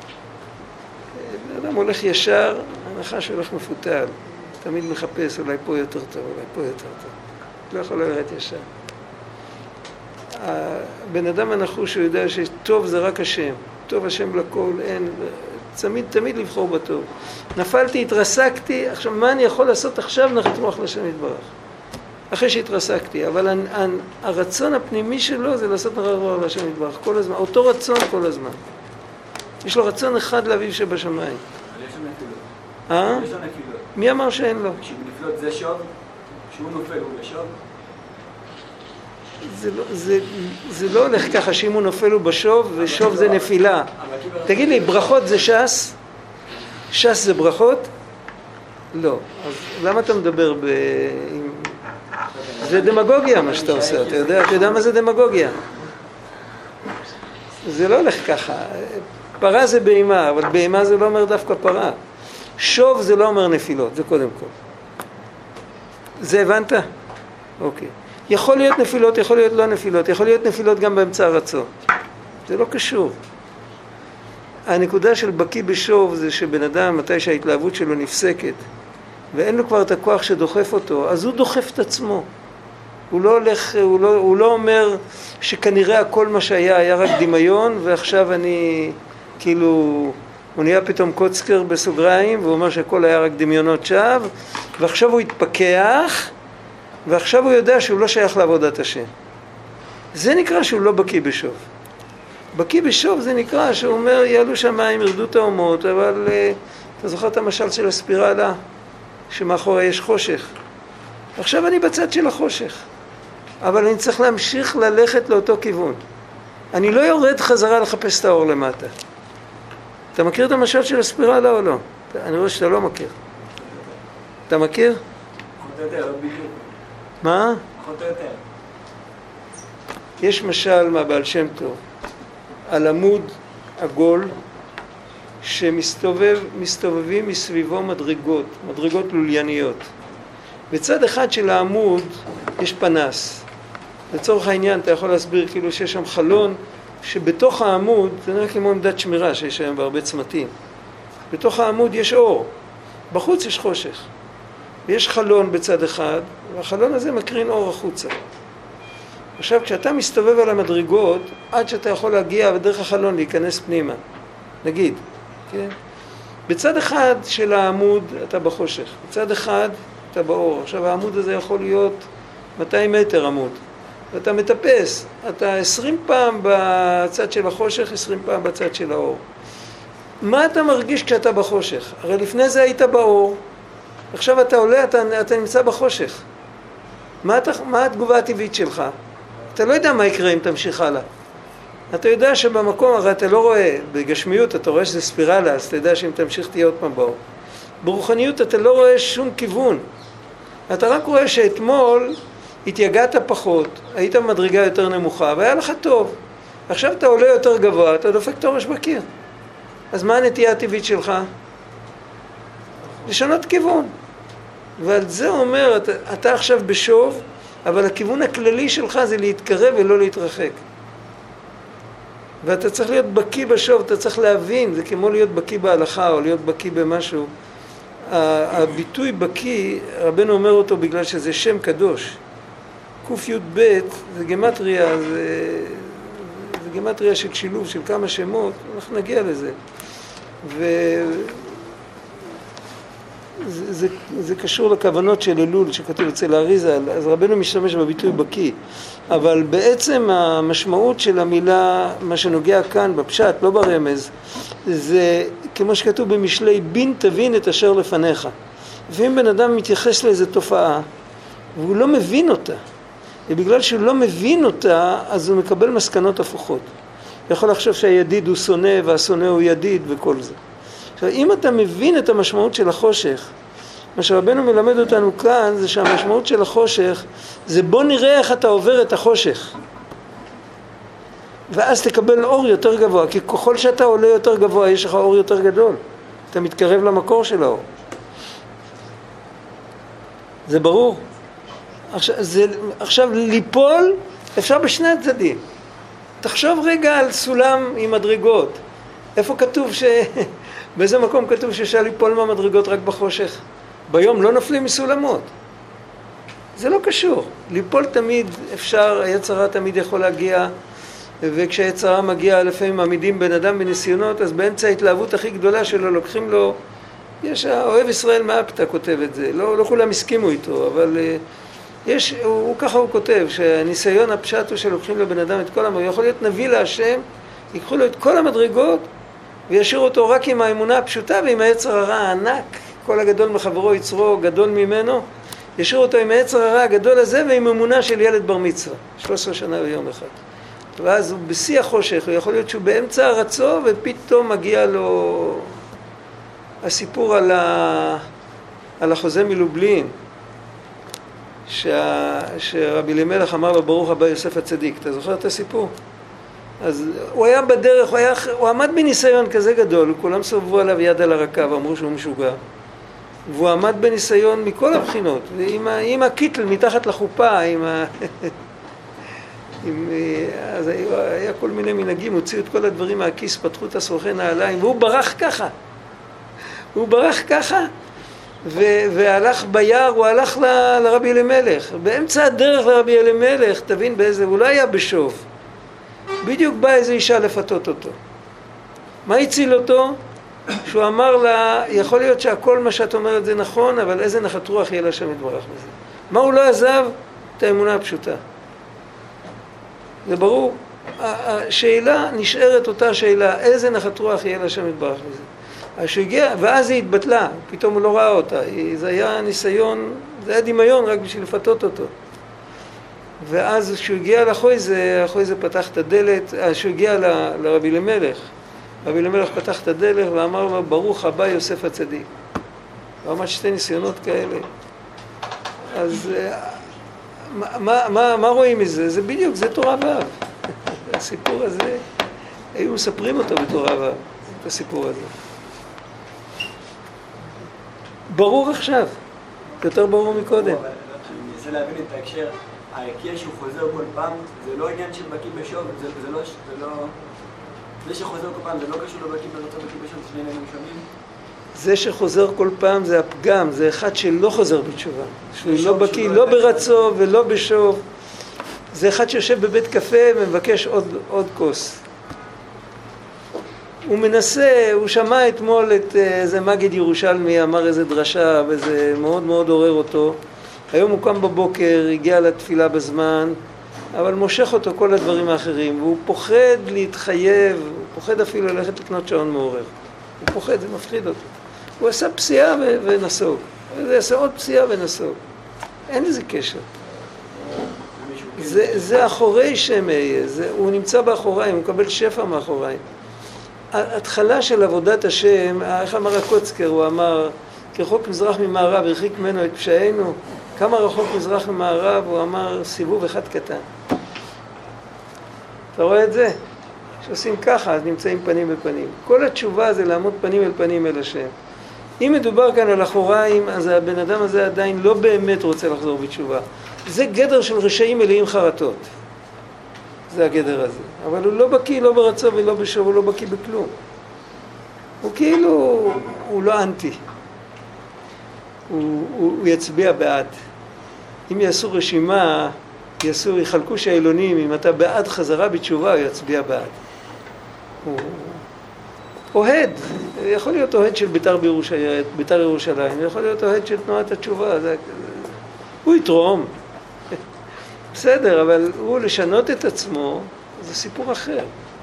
אדם הולך ישר, הנחש הולך מפותל. תמיד מחפש, אולי פה יותר טוב, אולי פה יותר טוב. לא יכול ללכת ישר. הבן אדם הנחוש הוא יודע שטוב זה רק השם. טוב השם לכל, אין, תמיד לבחור בטוב. נפלתי, התרסקתי, עכשיו מה אני יכול לעשות עכשיו? נחת רוח לשם יתברך. אחרי שהתרסקתי, אבל הרצון הפנימי שלו זה לעשות נחת רוח לשם יתברך כל הזמן, אותו רצון כל הזמן. יש לו רצון אחד לאביו שבשמיים. אבל יש לו נפילות. יש לו נפילות. מי אמר שאין לו? כשהוא נפילות זה שוב, כשהוא נופל הוא בשוב. זה לא הולך ככה שאם הוא נופל הוא בשוב ושוב זה נפילה. תגיד לי, ברכות זה ש"ס? ש"ס זה ברכות? לא. אז למה אתה מדבר זה דמגוגיה מה שאתה עושה, אתה יודע מה זה דמגוגיה? זה לא הולך ככה. פרה זה בהמה, אבל בהמה זה לא אומר דווקא פרה. שוב זה לא אומר נפילות, זה קודם כל. זה הבנת? אוקיי. יכול להיות נפילות, יכול להיות לא נפילות, יכול להיות נפילות גם באמצע הרצון. זה לא קשור. הנקודה של בקי בשוב זה שבן אדם, מתי שההתלהבות שלו נפסקת, ואין לו כבר את הכוח שדוחף אותו, אז הוא דוחף את עצמו. הוא לא הולך, הוא לא אומר שכנראה הכל מה שהיה היה רק דמיון, ועכשיו אני כאילו, הוא נהיה פתאום קוצקר בסוגריים, והוא אומר שהכל היה רק דמיונות שווא, ועכשיו הוא התפכח, ועכשיו הוא יודע שהוא לא שייך לעבודת השם. זה נקרא שהוא לא בקי בשוב. בקי בשוב זה נקרא שהוא אומר יעלו שמיים ירדו תאומות, אבל אתה זוכר את המשל של הספירלה שמאחורי יש חושך. עכשיו אני בצד של החושך, אבל אני צריך להמשיך ללכת לאותו כיוון. אני לא יורד חזרה לחפש את האור למטה. אתה מכיר את המשל של הספירלה או לא? אני רואה שאתה לא מכיר. אתה מכיר? מה? יש משל מהבעל שם טוב על עמוד עגול שמסתובבים מסביבו מדרגות לולייניות. בצד אחד של העמוד יש פנס. לצורך העניין אתה יכול להסביר כאילו שיש שם חלון שבתוך העמוד, זה נראה כמו עמדת שמירה שיש היום בהרבה צמתים. בתוך העמוד יש אור, בחוץ יש חושך. ויש חלון בצד אחד, והחלון הזה מקרין אור החוצה. עכשיו, כשאתה מסתובב על המדרגות, עד שאתה יכול להגיע בדרך החלון להיכנס פנימה, נגיד, כן? בצד אחד של העמוד אתה בחושך, בצד אחד אתה באור. עכשיו, העמוד הזה יכול להיות 200 מטר עמוד, ואתה מטפס, אתה 20 פעם בצד של החושך, 20 פעם בצד של האור. מה אתה מרגיש כשאתה בחושך? הרי לפני זה היית באור, עכשיו אתה עולה, אתה נמצא בחושך. מה התגובה הטבעית שלך? אתה לא יודע מה יקרה אם תמשיך הלאה. אתה יודע שבמקום, הרי אתה לא רואה, בגשמיות אתה רואה שזה ספירלה, אז אתה יודע שאם תמשיך תהיה עוד פעם באור. ברוחניות אתה לא רואה שום כיוון. אתה רק רואה שאתמול התייגעת פחות, היית במדרגה יותר נמוכה, והיה לך טוב. עכשיו אתה עולה יותר גבוה, אתה דופק את הראש בקיר. אז מה הנטייה הטבעית שלך? לשנות כיוון. ועל זה אומר, אתה עכשיו בשוב, אבל הכיוון הכללי שלך זה להתקרב ולא להתרחק. ואתה צריך להיות בקי בשוב, אתה צריך להבין, זה כמו להיות בקי בהלכה או להיות בקי במשהו. הביטוי בקי, רבנו אומר אותו בגלל שזה שם קדוש. ק"י זה גמטריה, זה גמטריה של שילוב של כמה שמות, אנחנו נגיע לזה. זה קשור לכוונות של אלול שכתוב אצל האריזה, אז רבנו משתמש בביטוי בקי, אבל בעצם המשמעות של המילה, מה שנוגע כאן בפשט, לא ברמז, זה כמו שכתוב במשלי, בין תבין את אשר לפניך. ואם בן אדם מתייחס לאיזו תופעה והוא לא מבין אותה, ובגלל שהוא לא מבין אותה אז הוא מקבל מסקנות הפוכות. יכול לחשוב שהידיד הוא שונא והשונא הוא ידיד וכל זה. עכשיו, אם אתה מבין את המשמעות של החושך, מה שרבנו מלמד אותנו כאן זה שהמשמעות של החושך זה בוא נראה איך אתה עובר את החושך. ואז תקבל אור יותר גבוה, כי ככל שאתה עולה יותר גבוה יש לך אור יותר גדול. אתה מתקרב למקור של האור. זה ברור? עכשיו ליפול אפשר בשני הצדדים. תחשוב רגע על סולם עם מדרגות. איפה כתוב באיזה מקום כתוב שאפשר ליפול מהמדרגות רק בחושך? ביום לא נופלים מסולמות. זה לא קשור. ליפול תמיד אפשר, היצר הרע תמיד יכול להגיע, וכשהיצר הרע מגיע לפעמים מעמידים בן אדם בניסיונות, אז באמצע ההתלהבות הכי גדולה שלו לוקחים לו, יש האוהב ישראל מאפתא כותב את זה, לא כולם הסכימו איתו, אבל ככה הוא כותב, שהניסיון הפשט הוא שלוקחים לבן אדם את כל המדרגות, יכול להיות נביא להשם, ייקחו לו את כל המדרגות, וישאיר אותו רק עם האמונה הפשוטה ועם היצר הרע הענק, כל הגדול מחברו יצרו גדול ממנו, ישאיר אותו עם היצר הרע הגדול הזה ועם אמונה של ילד בר מצווה, 13 שנה ויום אחד. ואז הוא בשיא החושך, הוא יכול להיות שהוא באמצע הרצו ופתאום מגיע לו הסיפור על החוזה מלובלין, שרבי אלימלך אמר לו ברוך הבא יוסף הצדיק. אתה זוכר את הסיפור? אז הוא היה בדרך, הוא עמד בניסיון כזה גדול, כולם סובבו עליו יד על הרקה ואמרו שהוא משוגע, והוא עמד בניסיון מכל הבחינות, ועם הקיטל מתחת לחופה, אז היה כל מיני מנהגים, הוציאו את כל הדברים מהכיס, פתחו את הסרוכי נעליים, והוא ברח ככה, והלך ביער, הוא הלך לרבי אלימלך, באמצע הדרך לרבי אלימלך, תבין באיזה, הוא לא היה בשוב, בדיוק בא איזו אישה לפתות אותו. מה הציל אותו? שהוא אמר לה, יכול להיות שהכל מה שאת אומרת זה נכון, אבל איזה נחת רוח יהיה להשם יתברך בזה. מה הוא לא עזב? את האמונה הפשוטה. זה ברור. השאלה נשארת אותה שאלה, איזה נחת רוח יהיה להשם יתברך בזה. שהגיע, ואז היא התבטלה, פתאום הוא לא ראה אותה. זה היה ניסיון, זה היה דמיון רק בשביל לפתות אותו. ואז כשהוא הגיע לאחוי זה פתח את הדלת, כשהוא הגיע לרבי אלימלך, רבי אלימלך פתח את הדלת ואמר לו ברוך הבא יוסף הצדיק. הוא עמד שתי ניסיונות כאלה. אז מה רואים מזה? זה בדיוק, זה תורה ואב. הסיפור הזה, היו מספרים אותו בתורה ואב, את הסיפור הזה. ברור עכשיו, יותר ברור מקודם. אני מנסה להבין את ההקשר, ההקשר שהוא חוזר כל פעם, זה לא עניין של בקיא בשוב, זה לא... זה שחוזר כל פעם, זה לא קשור לבקיא ברצון בקיא בשוב, זה שני עניינים שונים? זה שחוזר כל פעם זה הפגם, זה אחד שלא חוזר בתשובה. שהוא לא בקיא, לא ברצו ולא בשוב. זה אחד שיושב בבית קפה ומבקש עוד כוס. הוא מנסה, הוא שמע אתמול את איזה מגיד ירושלמי, אמר איזה דרשה, וזה מאוד מאוד עורר אותו. היום הוא קם בבוקר, הגיע לתפילה בזמן, אבל מושך אותו כל הדברים האחרים, והוא פוחד להתחייב, הוא פוחד אפילו ללכת לקנות שעון מעורר. הוא פוחד, זה מפחיד אותו. הוא עשה פסיעה ונסוג. הוא עשה עוד פסיעה ונסוג. אין איזה קשר. זה אחורי שם יהיה, הוא נמצא באחוריים, הוא מקבל שפע מאחוריים. ההתחלה של עבודת השם, איך אמר הקוצקר, הוא אמר, כרחוק מזרח ממערב, הרחיק ממנו את פשענו, כמה רחוק מזרח ממערב, הוא אמר, סיבוב אחד קטן. אתה רואה את זה? שעושים ככה, אז נמצאים פנים בפנים. כל התשובה זה לעמוד פנים אל פנים אל השם. אם מדובר כאן על אחוריים, אז הבן אדם הזה עדיין לא באמת רוצה לחזור בתשובה. זה גדר של רשעים מלאים חרטות. זה הגדר הזה. אבל הוא לא בקיא, לא ברצו ולא בשוב, הוא לא בקיא בכלום. הוא כאילו, הוא לא אנטי. הוא יצביע בעד. אם יעשו רשימה, יחלקו שאלונים, אם אתה בעד חזרה בתשובה, הוא יצביע בעד. הוא אוהד, יכול להיות אוהד של בית"ר ירושלים, יכול להיות אוהד של תנועת התשובה, הוא יתרום. בסדר, אבל הוא לשנות את עצמו, זה סיפור אחר.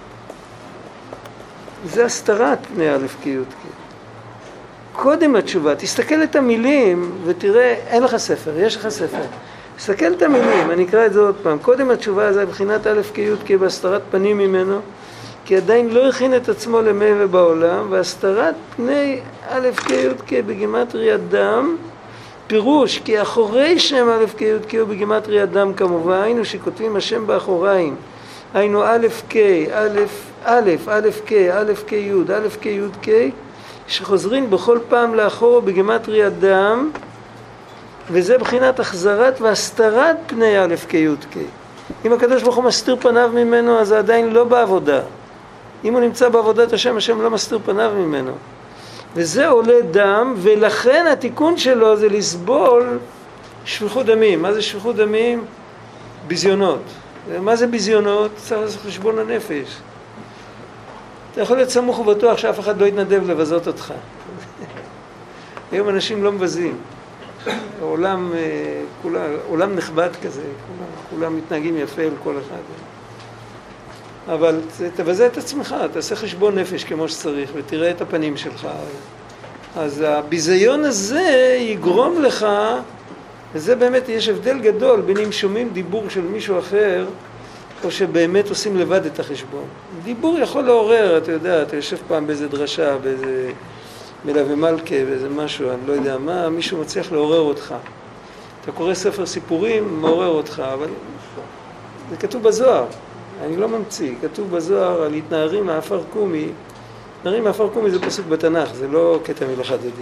זה הסתרת פני א' כ' י' כ'. קודם התשובה, תסתכל את המילים ותראה, אין לך ספר, יש לך ספר. תסתכל את המילים, אני אקרא את זה עוד פעם. קודם התשובה זה מבחינת א' כ' י' כ' בהסתרת פנים ממנו, כי עדיין לא הכין את עצמו למי ובעולם, והסתרת פני א' כ' י' כ' בגימטריה דם, פירוש, כי אחורי שם א' כ' י' כ' הוא בגימטריה דם כמובן, היינו שכותבים השם באחוריים, היינו א' כ', א' כ', א' כ' י', א' כ' י' כ', שחוזרים בכל פעם לאחור בגימטריה דם, וזה בחינת החזרת והסתרת פני א' כ' י' כ'. אם הקדוש ברוך הוא מסתיר פניו ממנו, אז זה עדיין לא בעבודה. אם הוא נמצא בעבודת השם, השם לא מסתיר פניו ממנו. וזה עולה דם, ולכן התיקון שלו זה לסבול שפיכות דמים. מה זה שפיכות דמים? ביזיונות. מה זה ביזיונות? צריך לעשות חשבון הנפש. אתה יכול להיות סמוך ובטוח שאף אחד לא יתנדב לבזות אותך. היום אנשים לא מבזים. העולם, עולם נכבד כזה, כולם מתנהגים יפה על כל אחד. אבל תבזה את עצמך, תעשה חשבון נפש כמו שצריך ותראה את הפנים שלך. אז הביזיון הזה יגרום לך, וזה באמת יש הבדל גדול בין אם שומעים דיבור של מישהו אחר, או שבאמת עושים לבד את החשבון. דיבור יכול לעורר, אתה יודע, אתה יושב פעם באיזה דרשה, באיזה מלווה מלכה, באיזה משהו, אני לא יודע מה, מישהו מצליח לעורר אותך. אתה קורא ספר סיפורים, מעורר אותך, אבל זה כתוב בזוהר, אני לא ממציא, כתוב בזוהר על התנערים מעפר קומי. התנערים מעפר קומי זה פסוק בתנ"ך, זה לא קטע מלאכה דודי.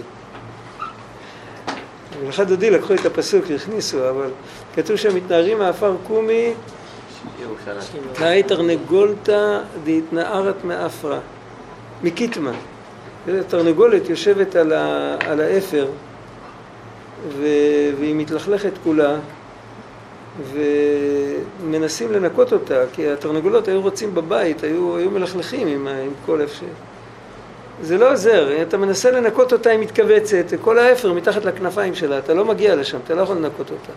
מלאכה דודי לקחו את הפסוק, הכניסו, אבל כתוב שם מתנערים מעפר קומי, תנאי תרנגולתא דהתנערת מאפרה, מקיטמה. תרנגולת יושבת על האפר, והיא מתלכלכת כולה, ומנסים לנקות אותה, כי התרנגולות היו רוצים בבית, היו מלכלכים עם כל אפשר. זה לא עוזר, אתה מנסה לנקות אותה, היא מתכווצת, כל האפר מתחת לכנפיים שלה, אתה לא מגיע לשם, אתה לא יכול לנקות אותה.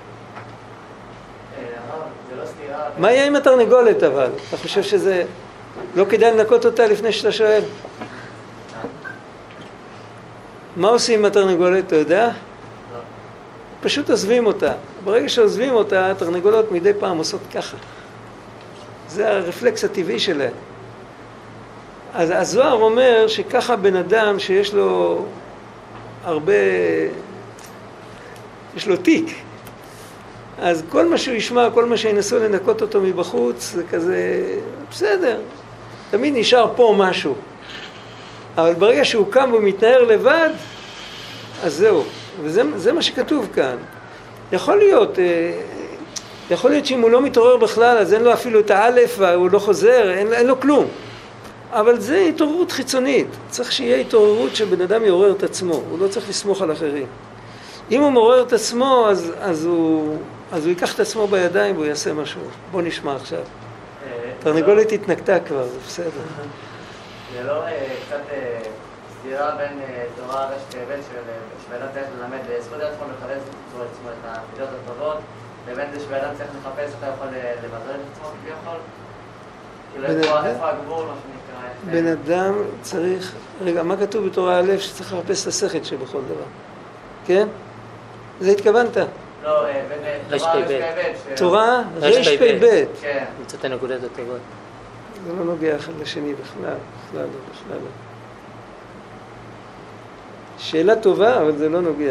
מה יהיה עם התרנגולת אבל? אתה חושב שזה לא כדאי לנקות אותה לפני שאתה שואל? מה עושים עם התרנגולת, אתה יודע? פשוט עוזבים אותה. ברגע שעוזבים אותה, התרנגולות מדי פעם עושות ככה. זה הרפלקס הטבעי שלהם. אז הזוהר אומר שככה בן אדם שיש לו הרבה, יש לו תיק. אז כל מה שהוא ישמע, כל מה שינסו לנקות אותו מבחוץ, זה כזה, בסדר. תמיד נשאר פה משהו. אבל ברגע שהוא קם ומתנער לבד, אז זהו. וזה מה שכתוב כאן. יכול להיות שאם הוא לא מתעורר בכלל, אז אין לו אפילו את האלף, הוא לא חוזר, אין לו כלום. אבל זה התעוררות חיצונית. צריך שיהיה התעוררות שבן אדם יעורר את עצמו. הוא לא צריך לסמוך על אחרים. אם הוא מעורר את עצמו, אז הוא ייקח את עצמו בידיים והוא יעשה משהו. בוא נשמע עכשיו. תרנגולת התנקתה כבר, זה בסדר. זה לא קצת סתירה בין תורה רשת שבאדם צריך ללמד זכות עצמו לחפש את המידות הטובות, לבין זה שבאדם צריך לחפש אתה יכול לבזר את עצמו כביכול? כאילו איפה הגבול, מה שנקרא? בן אדם צריך, רגע, מה כתוב בתורה א' שצריך לחפש את השכל שבכל דבר? כן? זה התכוונת? לא, בין תורה רש"פ. כן. למצוא את הנקודות הטובות. זה לא נוגע אחד לשני בכלל לא. שאלה טובה, אבל זה לא נוגע.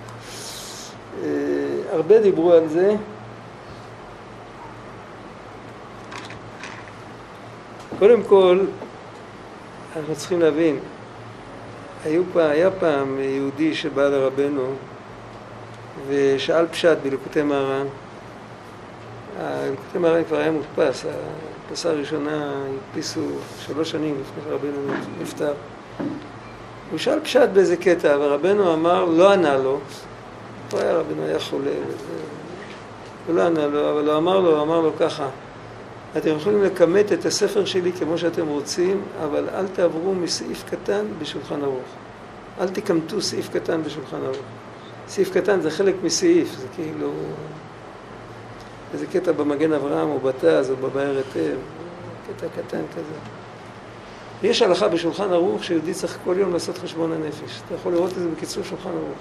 הרבה דיברו על זה. קודם כל, אנחנו צריכים להבין, היה פעם יהודי שבא לרבנו ושאל פשט בליקוטי מהר"ן. בליקוטי מהר"ן כבר היה מודפס, ההדפסה הראשונה הדפיסו 3 שנים לפני שרבנו נפטר. הוא שאל פשט באיזה קטע, ורבנו אמר, לא ענה לו, רבנו היה חולה, הוא לא ענה לו, אבל הוא אמר לו ככה, אתם יכולים לכמת את הספר שלי כמו שאתם רוצים, אבל אל תעברו מסעיף קטן בשולחן ערוך. אל תקמתו סעיף קטן בשולחן ערוך. סעיף קטן זה חלק מסעיף, זה כאילו איזה קטע במגן אברהם או בתז או בבאר היטב, קטע קטן כזה. יש הלכה בשולחן ערוך שיהודי צריך כל יום לעשות חשבון הנפש. אתה יכול לראות את זה בקיצור שולחן ערוך.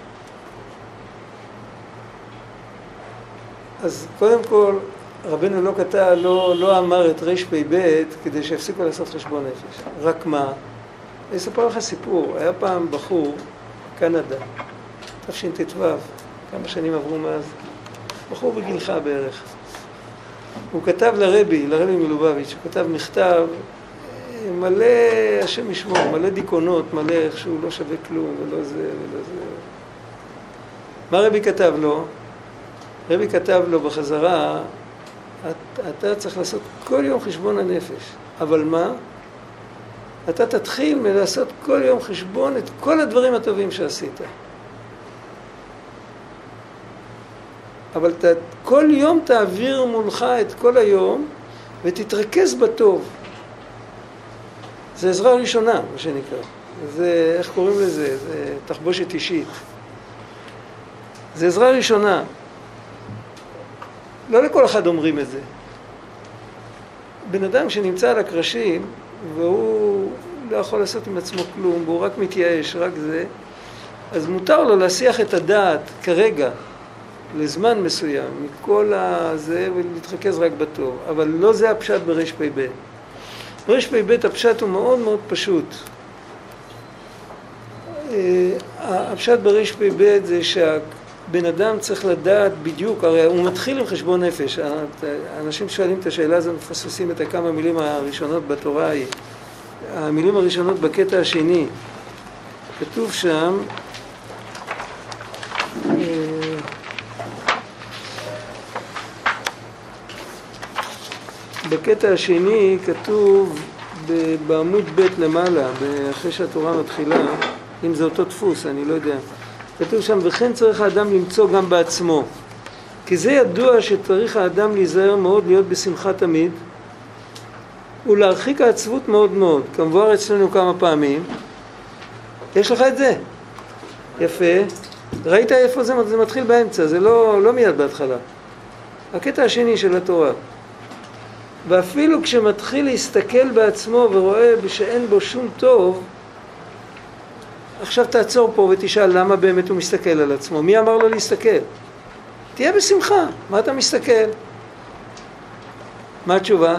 אז קודם כל, רבנו לא כתב, לא אמר את רש"פ כדי שיפסיקו לעשות חשבון נפש. רק מה? אני אספר לך סיפור. היה פעם בחור, קנדה, תשט"ו, כמה שנים עברו מאז, בחור בגילך בערך. הוא כתב לרבי מלובביץ', הוא כתב מכתב מלא, השם ישמור, מלא דיכאונות, מלא איך שהוא לא שווה כלום, ולא זה, ולא זה. מה רבי כתב לו? רבי כתב לו בחזרה אתה צריך לעשות כל יום חשבון הנפש. אבל מה? אתה תתחיל מלעשות כל יום חשבון את כל הדברים הטובים שעשית. אבל כל יום תעביר מולך את כל היום ותתרכז בטוב. זה עזרה ראשונה, מה שנקרא. זה, איך קוראים לזה? זה תחבושת אישית. זה עזרה ראשונה. לא לכל אחד אומרים את זה. בן אדם שנמצא על הקרשים, והוא לא יכול לעשות עם עצמו כלום, והוא רק מתייאש, רק זה, אז מותר לו להסיח את הדעת כרגע, לזמן מסוים, מכל הזה, ולהתרכז רק בטוב. אבל לא זה הפשט ברש פי ב'. ברש פי ב' הפשט הוא מאוד מאוד פשוט. הפשט ברש פי ב' זה שהבן אדם צריך לדעת בדיוק, הרי הוא מתחיל עם חשבון נפש. האנשים שואלים את השאלה הזו, מפספסים את הכמה מילים הראשונות בתורה ההיא. המילים הראשונות בקטע השני, כתוב שם, בקטע השני כתוב בעמוד ב' למעלה, אחרי שהתורה מתחילה, אם זה אותו דפוס, אני לא יודע. כתוב שם, וכן צריך האדם למצוא גם בעצמו. כי זה ידוע שצריך האדם להיזהר מאוד להיות בשמחה תמיד, ולהרחיק העצבות מאוד מאוד. כמבואר אצלנו כמה פעמים. יש לך את זה? יפה. ראית איפה זה מתחיל באמצע, זה לא מיד בהתחלה. הקטע השני של התורה. ואפילו כשמתחיל להסתכל בעצמו ורואה שאין בו שום טוב, עכשיו תעצור פה ותשאל למה באמת הוא מסתכל על עצמו. מי אמר לו להסתכל? תהיה בשמחה. מה אתה מסתכל? מה התשובה?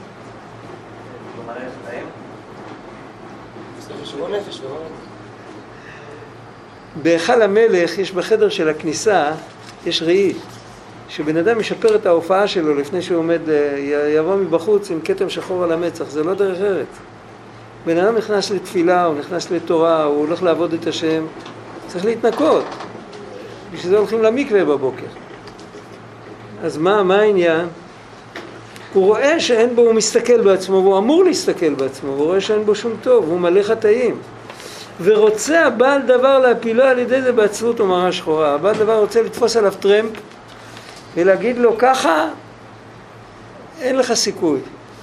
בהיכל המלך יש בחדר של הכניסה, יש ראי, שבן אדם משפר את ההופעה שלו לפני שהוא עומד, יבוא מבחוץ עם כתם שחור על המצח, זה לא דרך ארץ. בן אדם נכנס לתפילה, הוא נכנס לתורה, הוא הולך לעבוד את השם, צריך להתנקות. בשביל זה הולכים למקווה בבוקר. אז מה העניין? הוא רואה שאין בו, הוא מסתכל בעצמו, והוא אמור להסתכל בעצמו, והוא רואה שאין בו שום טוב, הוא מלא חטאים. ורוצה הבעל דבר להפילו על ידי זה בעצבות ומראה שחורה. הבעל דבר רוצה לתפוס עליו טרמפ, ולהגיד לו ככה, אין לך סיכוי.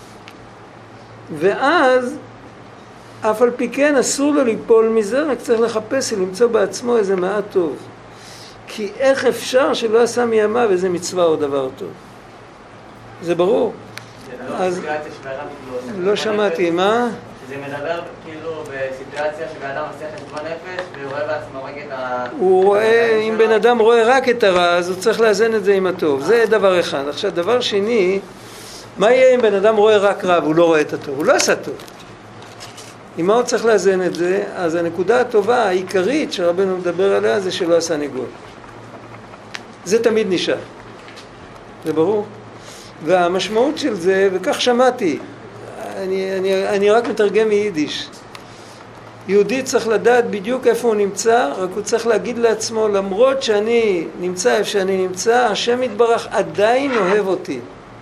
ואז, אף על פי כן אסור לו ליפול מזה, רק צריך לחפש ולמצוא בעצמו איזה מעט טוב. כי איך אפשר שלא עשה מימיו איזה מצווה או דבר טוב? זה ברור. אז לא שמעתי, מה? זה מדבר כאילו בסיטואציה שבאדם עושה חשבון נפש והוא רואה בעצמו רק את ה... הוא רואה, אם בן אדם רואה רק את הרע, אז הוא צריך לאזן את זה עם הטוב. זה דבר אחד. עכשיו, דבר שני, מה יהיה אם בן אדם רואה רק רע והוא לא רואה את הטוב? הוא לא עשה טוב. אם מה הוא צריך לאזן את זה, אז הנקודה הטובה, העיקרית שרבנו מדבר עליה, זה שלא עשה ניגוד. זה תמיד נשאר. זה ברור? והמשמעות של זה, וכך שמעתי, אני רק מתרגם מיידיש. יהודי צריך לדעת בדיוק איפה הוא נמצא, רק הוא צריך להגיד לעצמו, למרות שאני נמצא איפה שאני נמצא, השם יתברך עדיין אוהב אותי.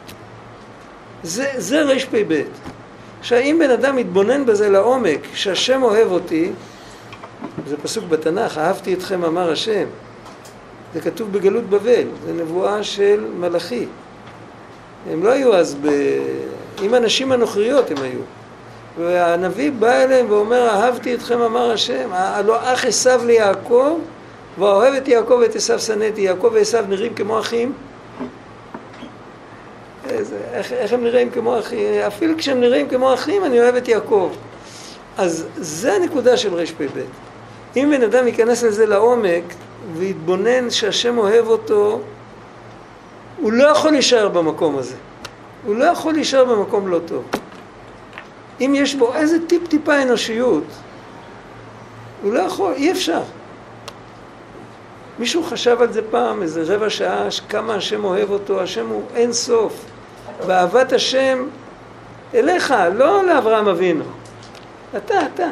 זה רש פי ב'. עכשיו, אם בן אדם מתבונן בזה לעומק, שהשם אוהב אותי, זה פסוק בתנ"ך, אהבתי אתכם אמר השם. זה כתוב בגלות בבל, זה נבואה של מלאכי. הם לא היו אז עם הנשים הנוכריות הם היו. והנביא בא אליהם ואומר, אהבתי אתכם אמר השם, הלא אח עשיו ליעקב, ואוהב את יעקב ואת עשיו שנאתי. יעקב ועשיו נראים כמו אחים. איך הם נראים כמו אחים? אפילו כשהם נראים כמו אחים, אני אוהב את יעקב. אז זה הנקודה של רש פי ב'. אם בן אדם ייכנס לזה לעומק, והתבונן שהשם אוהב אותו, הוא לא יכול להישאר במקום הזה. הוא לא יכול להישאר במקום לא טוב. אם יש בו איזה טיפה אנושיות, הוא לא יכול, אי אפשר. מישהו חשב על זה פעם, איזה רבע שעה, כמה השם אוהב אותו, השם הוא אין סוף. באהבת השם אליך, לא לאברהם אבינו. אתה.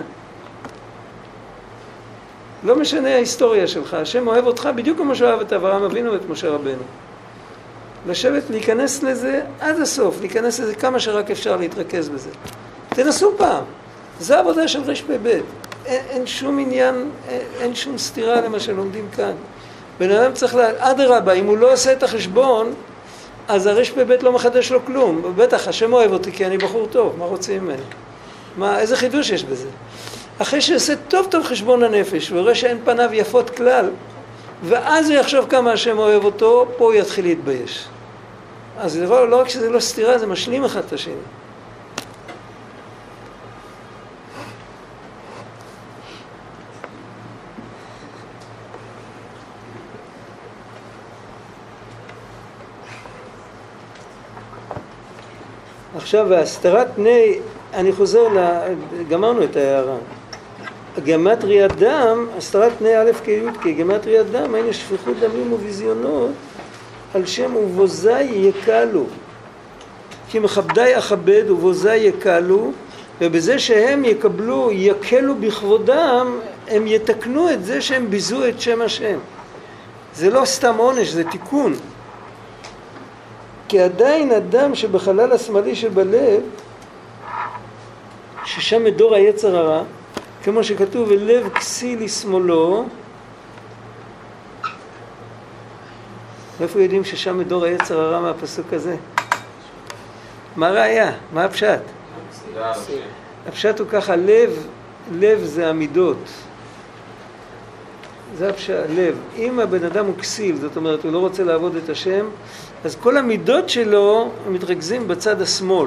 לא משנה ההיסטוריה שלך, השם אוהב אותך בדיוק כמו שאוהב את אברהם אבינו ואת משה רבנו. לשבת, להיכנס לזה עד הסוף, להיכנס לזה כמה שרק אפשר להתרכז בזה. תנסו פעם, זה העבודה של רש"ב. אין שום עניין, אין שום סתירה למה שלומדים כאן. בן אדם צריך, אדרבה, אם הוא לא עושה את החשבון, אז הרש"ב לא מחדש לו כלום. בטח, השם אוהב אותי כי אני בחור טוב, מה רוצים ממני? איזה חידוש יש בזה? אחרי שעושה טוב טוב חשבון הנפש, ורואה שאין פניו יפות כלל, ואז הוא יחשוב כמה השם אוהב אותו, פה הוא יתחיל להתבייש. אז לא רק שזה לא סתירה, זה משלים אחד את השני. עכשיו, והסתרת פני, אני חוזר, גמרנו את ההערה. גמטריית דם, הסתרת פני א' כי' גמטריית דם, היינו שפיכות דמים וביזיונות, על שם ובוזי יקלו. כי מכבדי אכבד ובוזי יקלו, ובזה שהם יקבלו, יקלו בכבודם, הם יתקנו את זה שהם ביזו את שם השם. זה לא סתם עונש, זה תיקון. כי עדיין אדם שבחלל השמאלי שבלב, ששם מדור היצר הרע, כמו שכתוב, ולב כסיל לשמאלו, איפה יודעים ששם מדור היצר הרע מהפסוק הזה? מה ראיה? מה הפשט? הפשט הוא ככה, לב זה המידות. זה הפשט, לב. אם הבן אדם הוא כסיל, זאת אומרת, הוא לא רוצה לעבוד את השם, אז כל המידות שלו מתרכזים בצד השמאל,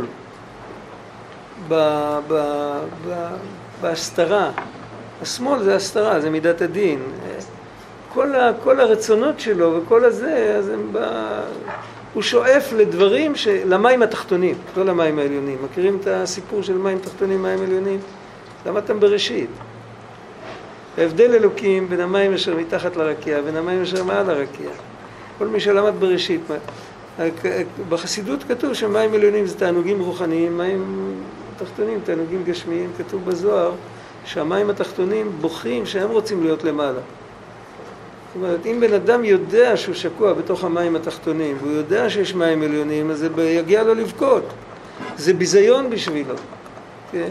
בהסתרה. השמאל זה הסתרה, זה מידת הדין. כל הרצונות שלו וכל הזה, אז הוא שואף לדברים, למים התחתונים, לא למים העליונים. מכירים את הסיפור של מים תחתונים, מים עליונים? למדתם בראשית. ההבדל אלוקים בין המים אשר מתחת לרקיע, בין המים אשר מעל הרקיע. כל מי שלמד בראשית. בחסידות כתוב שמים עליונים זה תענוגים רוחניים, מים תחתונים, תענוגים גשמיים. כתוב בזוהר שהמים התחתונים בוכים שהם רוצים להיות למעלה. זאת אומרת, אם בן אדם יודע שהוא שקוע בתוך המים התחתונים, והוא יודע שיש מים עליונים, אז זה יגיע לו לבכות. זה ביזיון בשבילו. כן?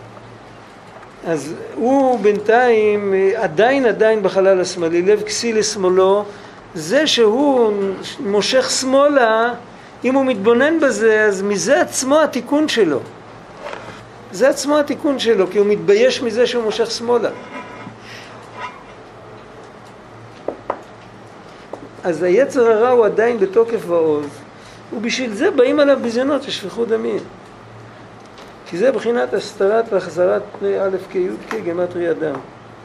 אז הוא בינתיים עדיין בחלל השמאלי, לב כסיל לשמאלו, זה שהוא מושך שמאלה, אם הוא מתבונן בזה, אז מזה עצמו התיקון שלו. זה עצמו התיקון שלו, כי הוא מתבייש מזה שהוא מושך שמאלה. אז היצר הרע הוא עדיין בתוקף ועוז, ובשביל זה באים עליו ביזיונות ששפיכות דמים. כי זה בחינת הסתרת והחזרת פני א' כי' כגמטריית דם.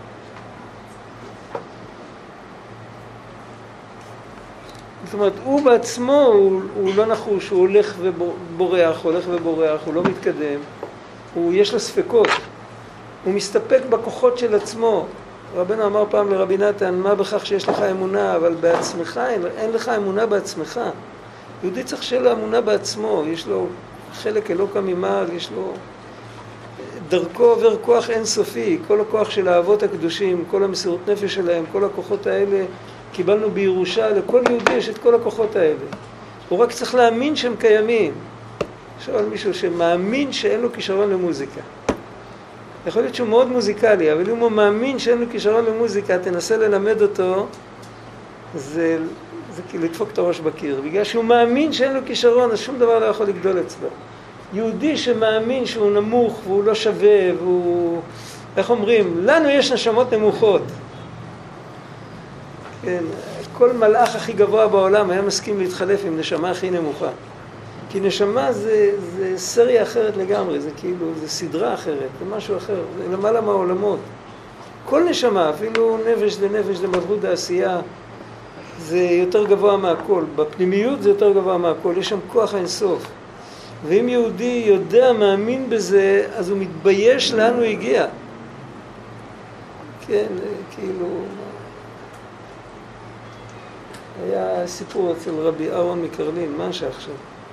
זאת אומרת, הוא בעצמו, הוא לא נחוש, הוא הולך ובורח, הוא לא מתקדם, יש לו ספקות, הוא מסתפק בכוחות של עצמו. רבנו אמר פעם לרבי נתן, מה בכך שיש לך אמונה, אבל בעצמך, אין לך אמונה בעצמך. יהודי צריך שיהיה לו אמונה בעצמו, יש לו חלק אלוקא ממעל, יש לו דרכו עובר כוח אינסופי, כל הכוח של האבות הקדושים, כל המסירות נפש שלהם, כל הכוחות האלה קיבלנו בירושה, לכל יהודי יש את כל הכוחות האלה. הוא רק צריך להאמין שהם קיימים. שואל מישהו שמאמין שאין לו כישרון למוזיקה. יכול להיות שהוא מאוד מוזיקלי, אבל אם הוא מאמין שאין לו כישרון למוזיקה, תנסה ללמד אותו, זה כאילו לדפוק את הראש בקיר. בגלל שהוא מאמין שאין לו כישרון, אז שום דבר לא יכול לגדול אצלו. יהודי שמאמין שהוא נמוך והוא לא שווה, והוא, איך אומרים, לנו יש נשמות נמוכות. כן, כל מלאך הכי גבוה בעולם היה מסכים להתחלף עם נשמה הכי נמוכה. כי נשמה זה סריה אחרת לגמרי, זה כאילו, זה סדרה אחרת, זה משהו אחר, זה למעלה מהעולמות. כל נשמה, אפילו נפש לנפש למלכות העשייה, זה יותר גבוה מהכל. בפנימיות זה יותר גבוה מהכל, יש שם כוח האינסוף. ואם יהודי יודע, מאמין בזה, אז הוא מתבייש לאן הוא הגיע. כן, כאילו... היה סיפור אצל רבי אהרון מקרלין, מה שעכשיו?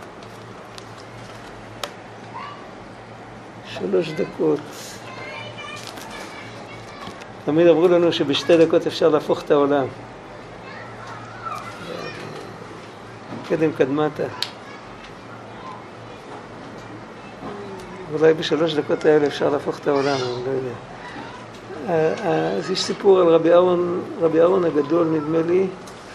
3 דקות. תמיד אמרו לנו שב2 דקות אפשר להפוך את העולם. קדם קדמתה. אולי בשלוש דקות האלה אפשר להפוך את העולם, אני לא יודע. אז יש סיפור על רבי אהרון הגדול, נדמה לי,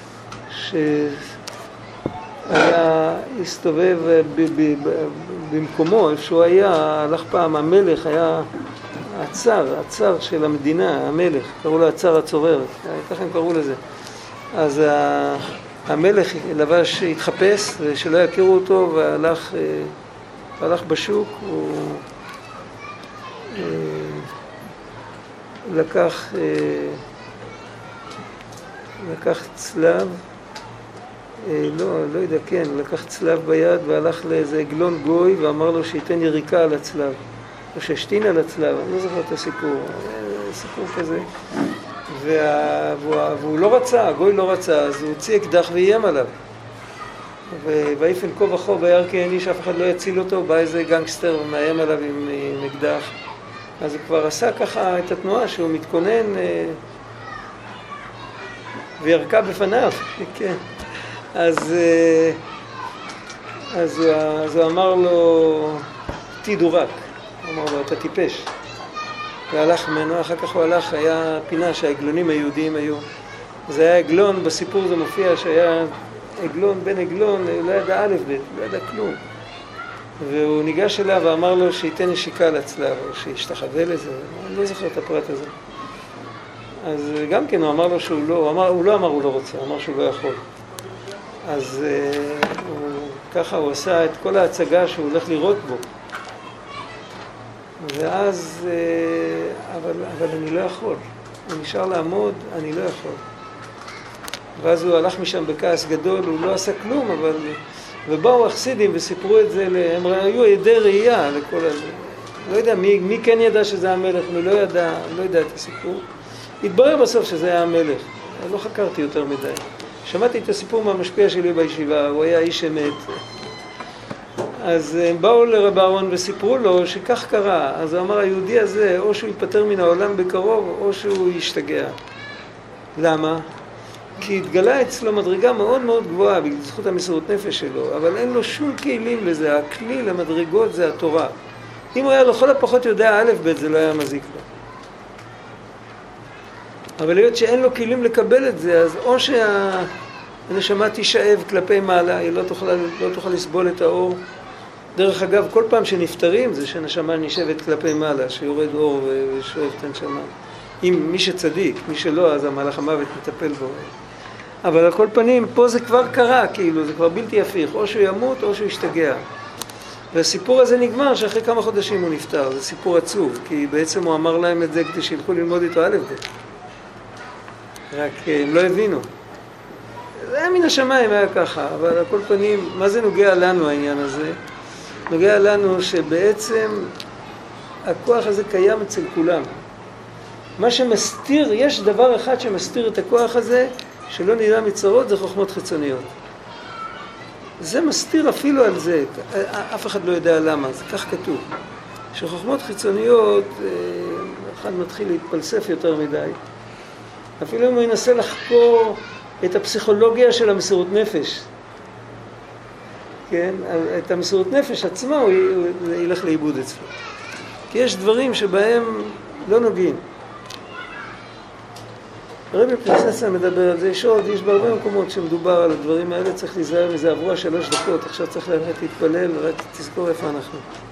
שהיה הסתובב במקומו, איפה שהוא היה, הלך פעם, המלך היה הצר של המדינה, המלך, קראו לו הצר הצורר, ככה הם קראו לזה. אז המלך לבש, התחפש, שלא יכירו אותו, והלך בשוק, הוא לקח צלב, לא יודע, כן, לקח צלב ביד והלך לאיזה עגלון גוי ואמר לו שייתן יריקה על הצלב, או שהשתין על הצלב, אני לא זוכר את הסיפור, סיפור כזה. והוא לא רצה, הגוי לא רצה, אז הוא הוציא אקדח ואיים עליו. ויפן כה וכה ביער כי אין איש, אף אחד לא יציל אותו, בא איזה גנגסטר ומאיים עליו עם אקדח. אז הוא כבר עשה ככה את התנועה שהוא מתכונן וירקה בפניו, כן. אז הוא אמר לו, תידורק, הוא אמר לו, אתה טיפש. והלך ממנו, אחר כך הוא הלך, היה פינה שהעגלונים היהודיים היו. זה היה עגלון, בסיפור זה מופיע שהיה עגלון בין עגלון, לא ידע א' ב', לא ידע כלום. והוא ניגש אליו ואמר לו שייתן נשיקה לצלב, או שישתחווה לזה, אני לא זוכר את הפרט הזה. אז גם כן הוא אמר לו שהוא לא, הוא לא אמר הוא לא רוצה, הוא אמר שהוא לא יכול. אז ככה הוא עשה את כל ההצגה שהוא הולך לראות בו. ואז, אבל אני לא יכול, הוא נשאר לעמוד, אני לא יכול. ואז הוא הלך משם בכעס גדול, הוא לא עשה כלום, אבל... ובאו החסידים וסיפרו את זה, הם היו עדי ראייה לכל הזה. לא יודע, מי כן ידע שזה המלך, מי לא ידע, לא יודע את הסיפור. התברר בסוף שזה היה המלך, לא חקרתי יותר מדי. שמעתי את הסיפור מהמשפיע שלי בישיבה, הוא היה איש אמת. אז הם באו לרב אהרון וסיפרו לו שכך קרה. אז הוא אמר, היהודי הזה, או שהוא ייפטר מן העולם בקרוב, או שהוא ישתגע. למה? כי התגלה אצלו מדרגה מאוד מאוד גבוהה בזכות המסירות נפש שלו, אבל אין לו שום כלים לזה, הכלי למדרגות זה התורה. אם הוא היה לכל הפחות יודע א' ב' זה לא היה מזיק לו. אבל להיות שאין לו כלים לקבל את זה, אז או שהנשמה תישאב כלפי מעלה, היא לא תוכל לסבול את האור. דרך אגב, כל פעם שנפטרים זה שהנשמה נשאבת כלפי מעלה, שיורד אור ושואב את הנשמה. אם מי שצדיק, מי שלא, אז המלאך המוות מטפל בו. אבל על כל פנים, פה זה כבר קרה, כאילו, זה כבר בלתי הפיך, או שהוא ימות או שהוא ישתגע. והסיפור הזה נגמר שאחרי כמה חודשים הוא נפטר, זה סיפור עצוב, כי בעצם הוא אמר להם את זה כדי שילכו ללמוד איתו א' ב'. רק הם לא הבינו. זה היה מן השמיים, היה ככה, אבל על כל פנים, מה זה נוגע לנו העניין הזה? נוגע לנו שבעצם הכוח הזה קיים אצל כולם. מה שמסתיר, יש דבר אחד שמסתיר את הכוח הזה, שלא נראה מצרות, זה חוכמות חיצוניות. זה מסתיר אפילו על זה, אף אחד לא יודע למה, זה כך כתוב. שחוכמות חיצוניות, אחד מתחיל להתפלסף יותר מדי. אפילו אם הוא ינסה לחקור את הפסיכולוגיה של המסירות נפש, כן? את המסירות נפש עצמה הוא ילך לאיבוד אצלו. כי יש דברים שבהם לא נוגעים. הרבי פריססה מדבר על זה, יש בהרבה מקומות שמדובר על הדברים האלה, צריך להיזהר מזה, עברו 3 דקות, עכשיו צריך ללכת להתפלל, רק תזכור איפה אנחנו.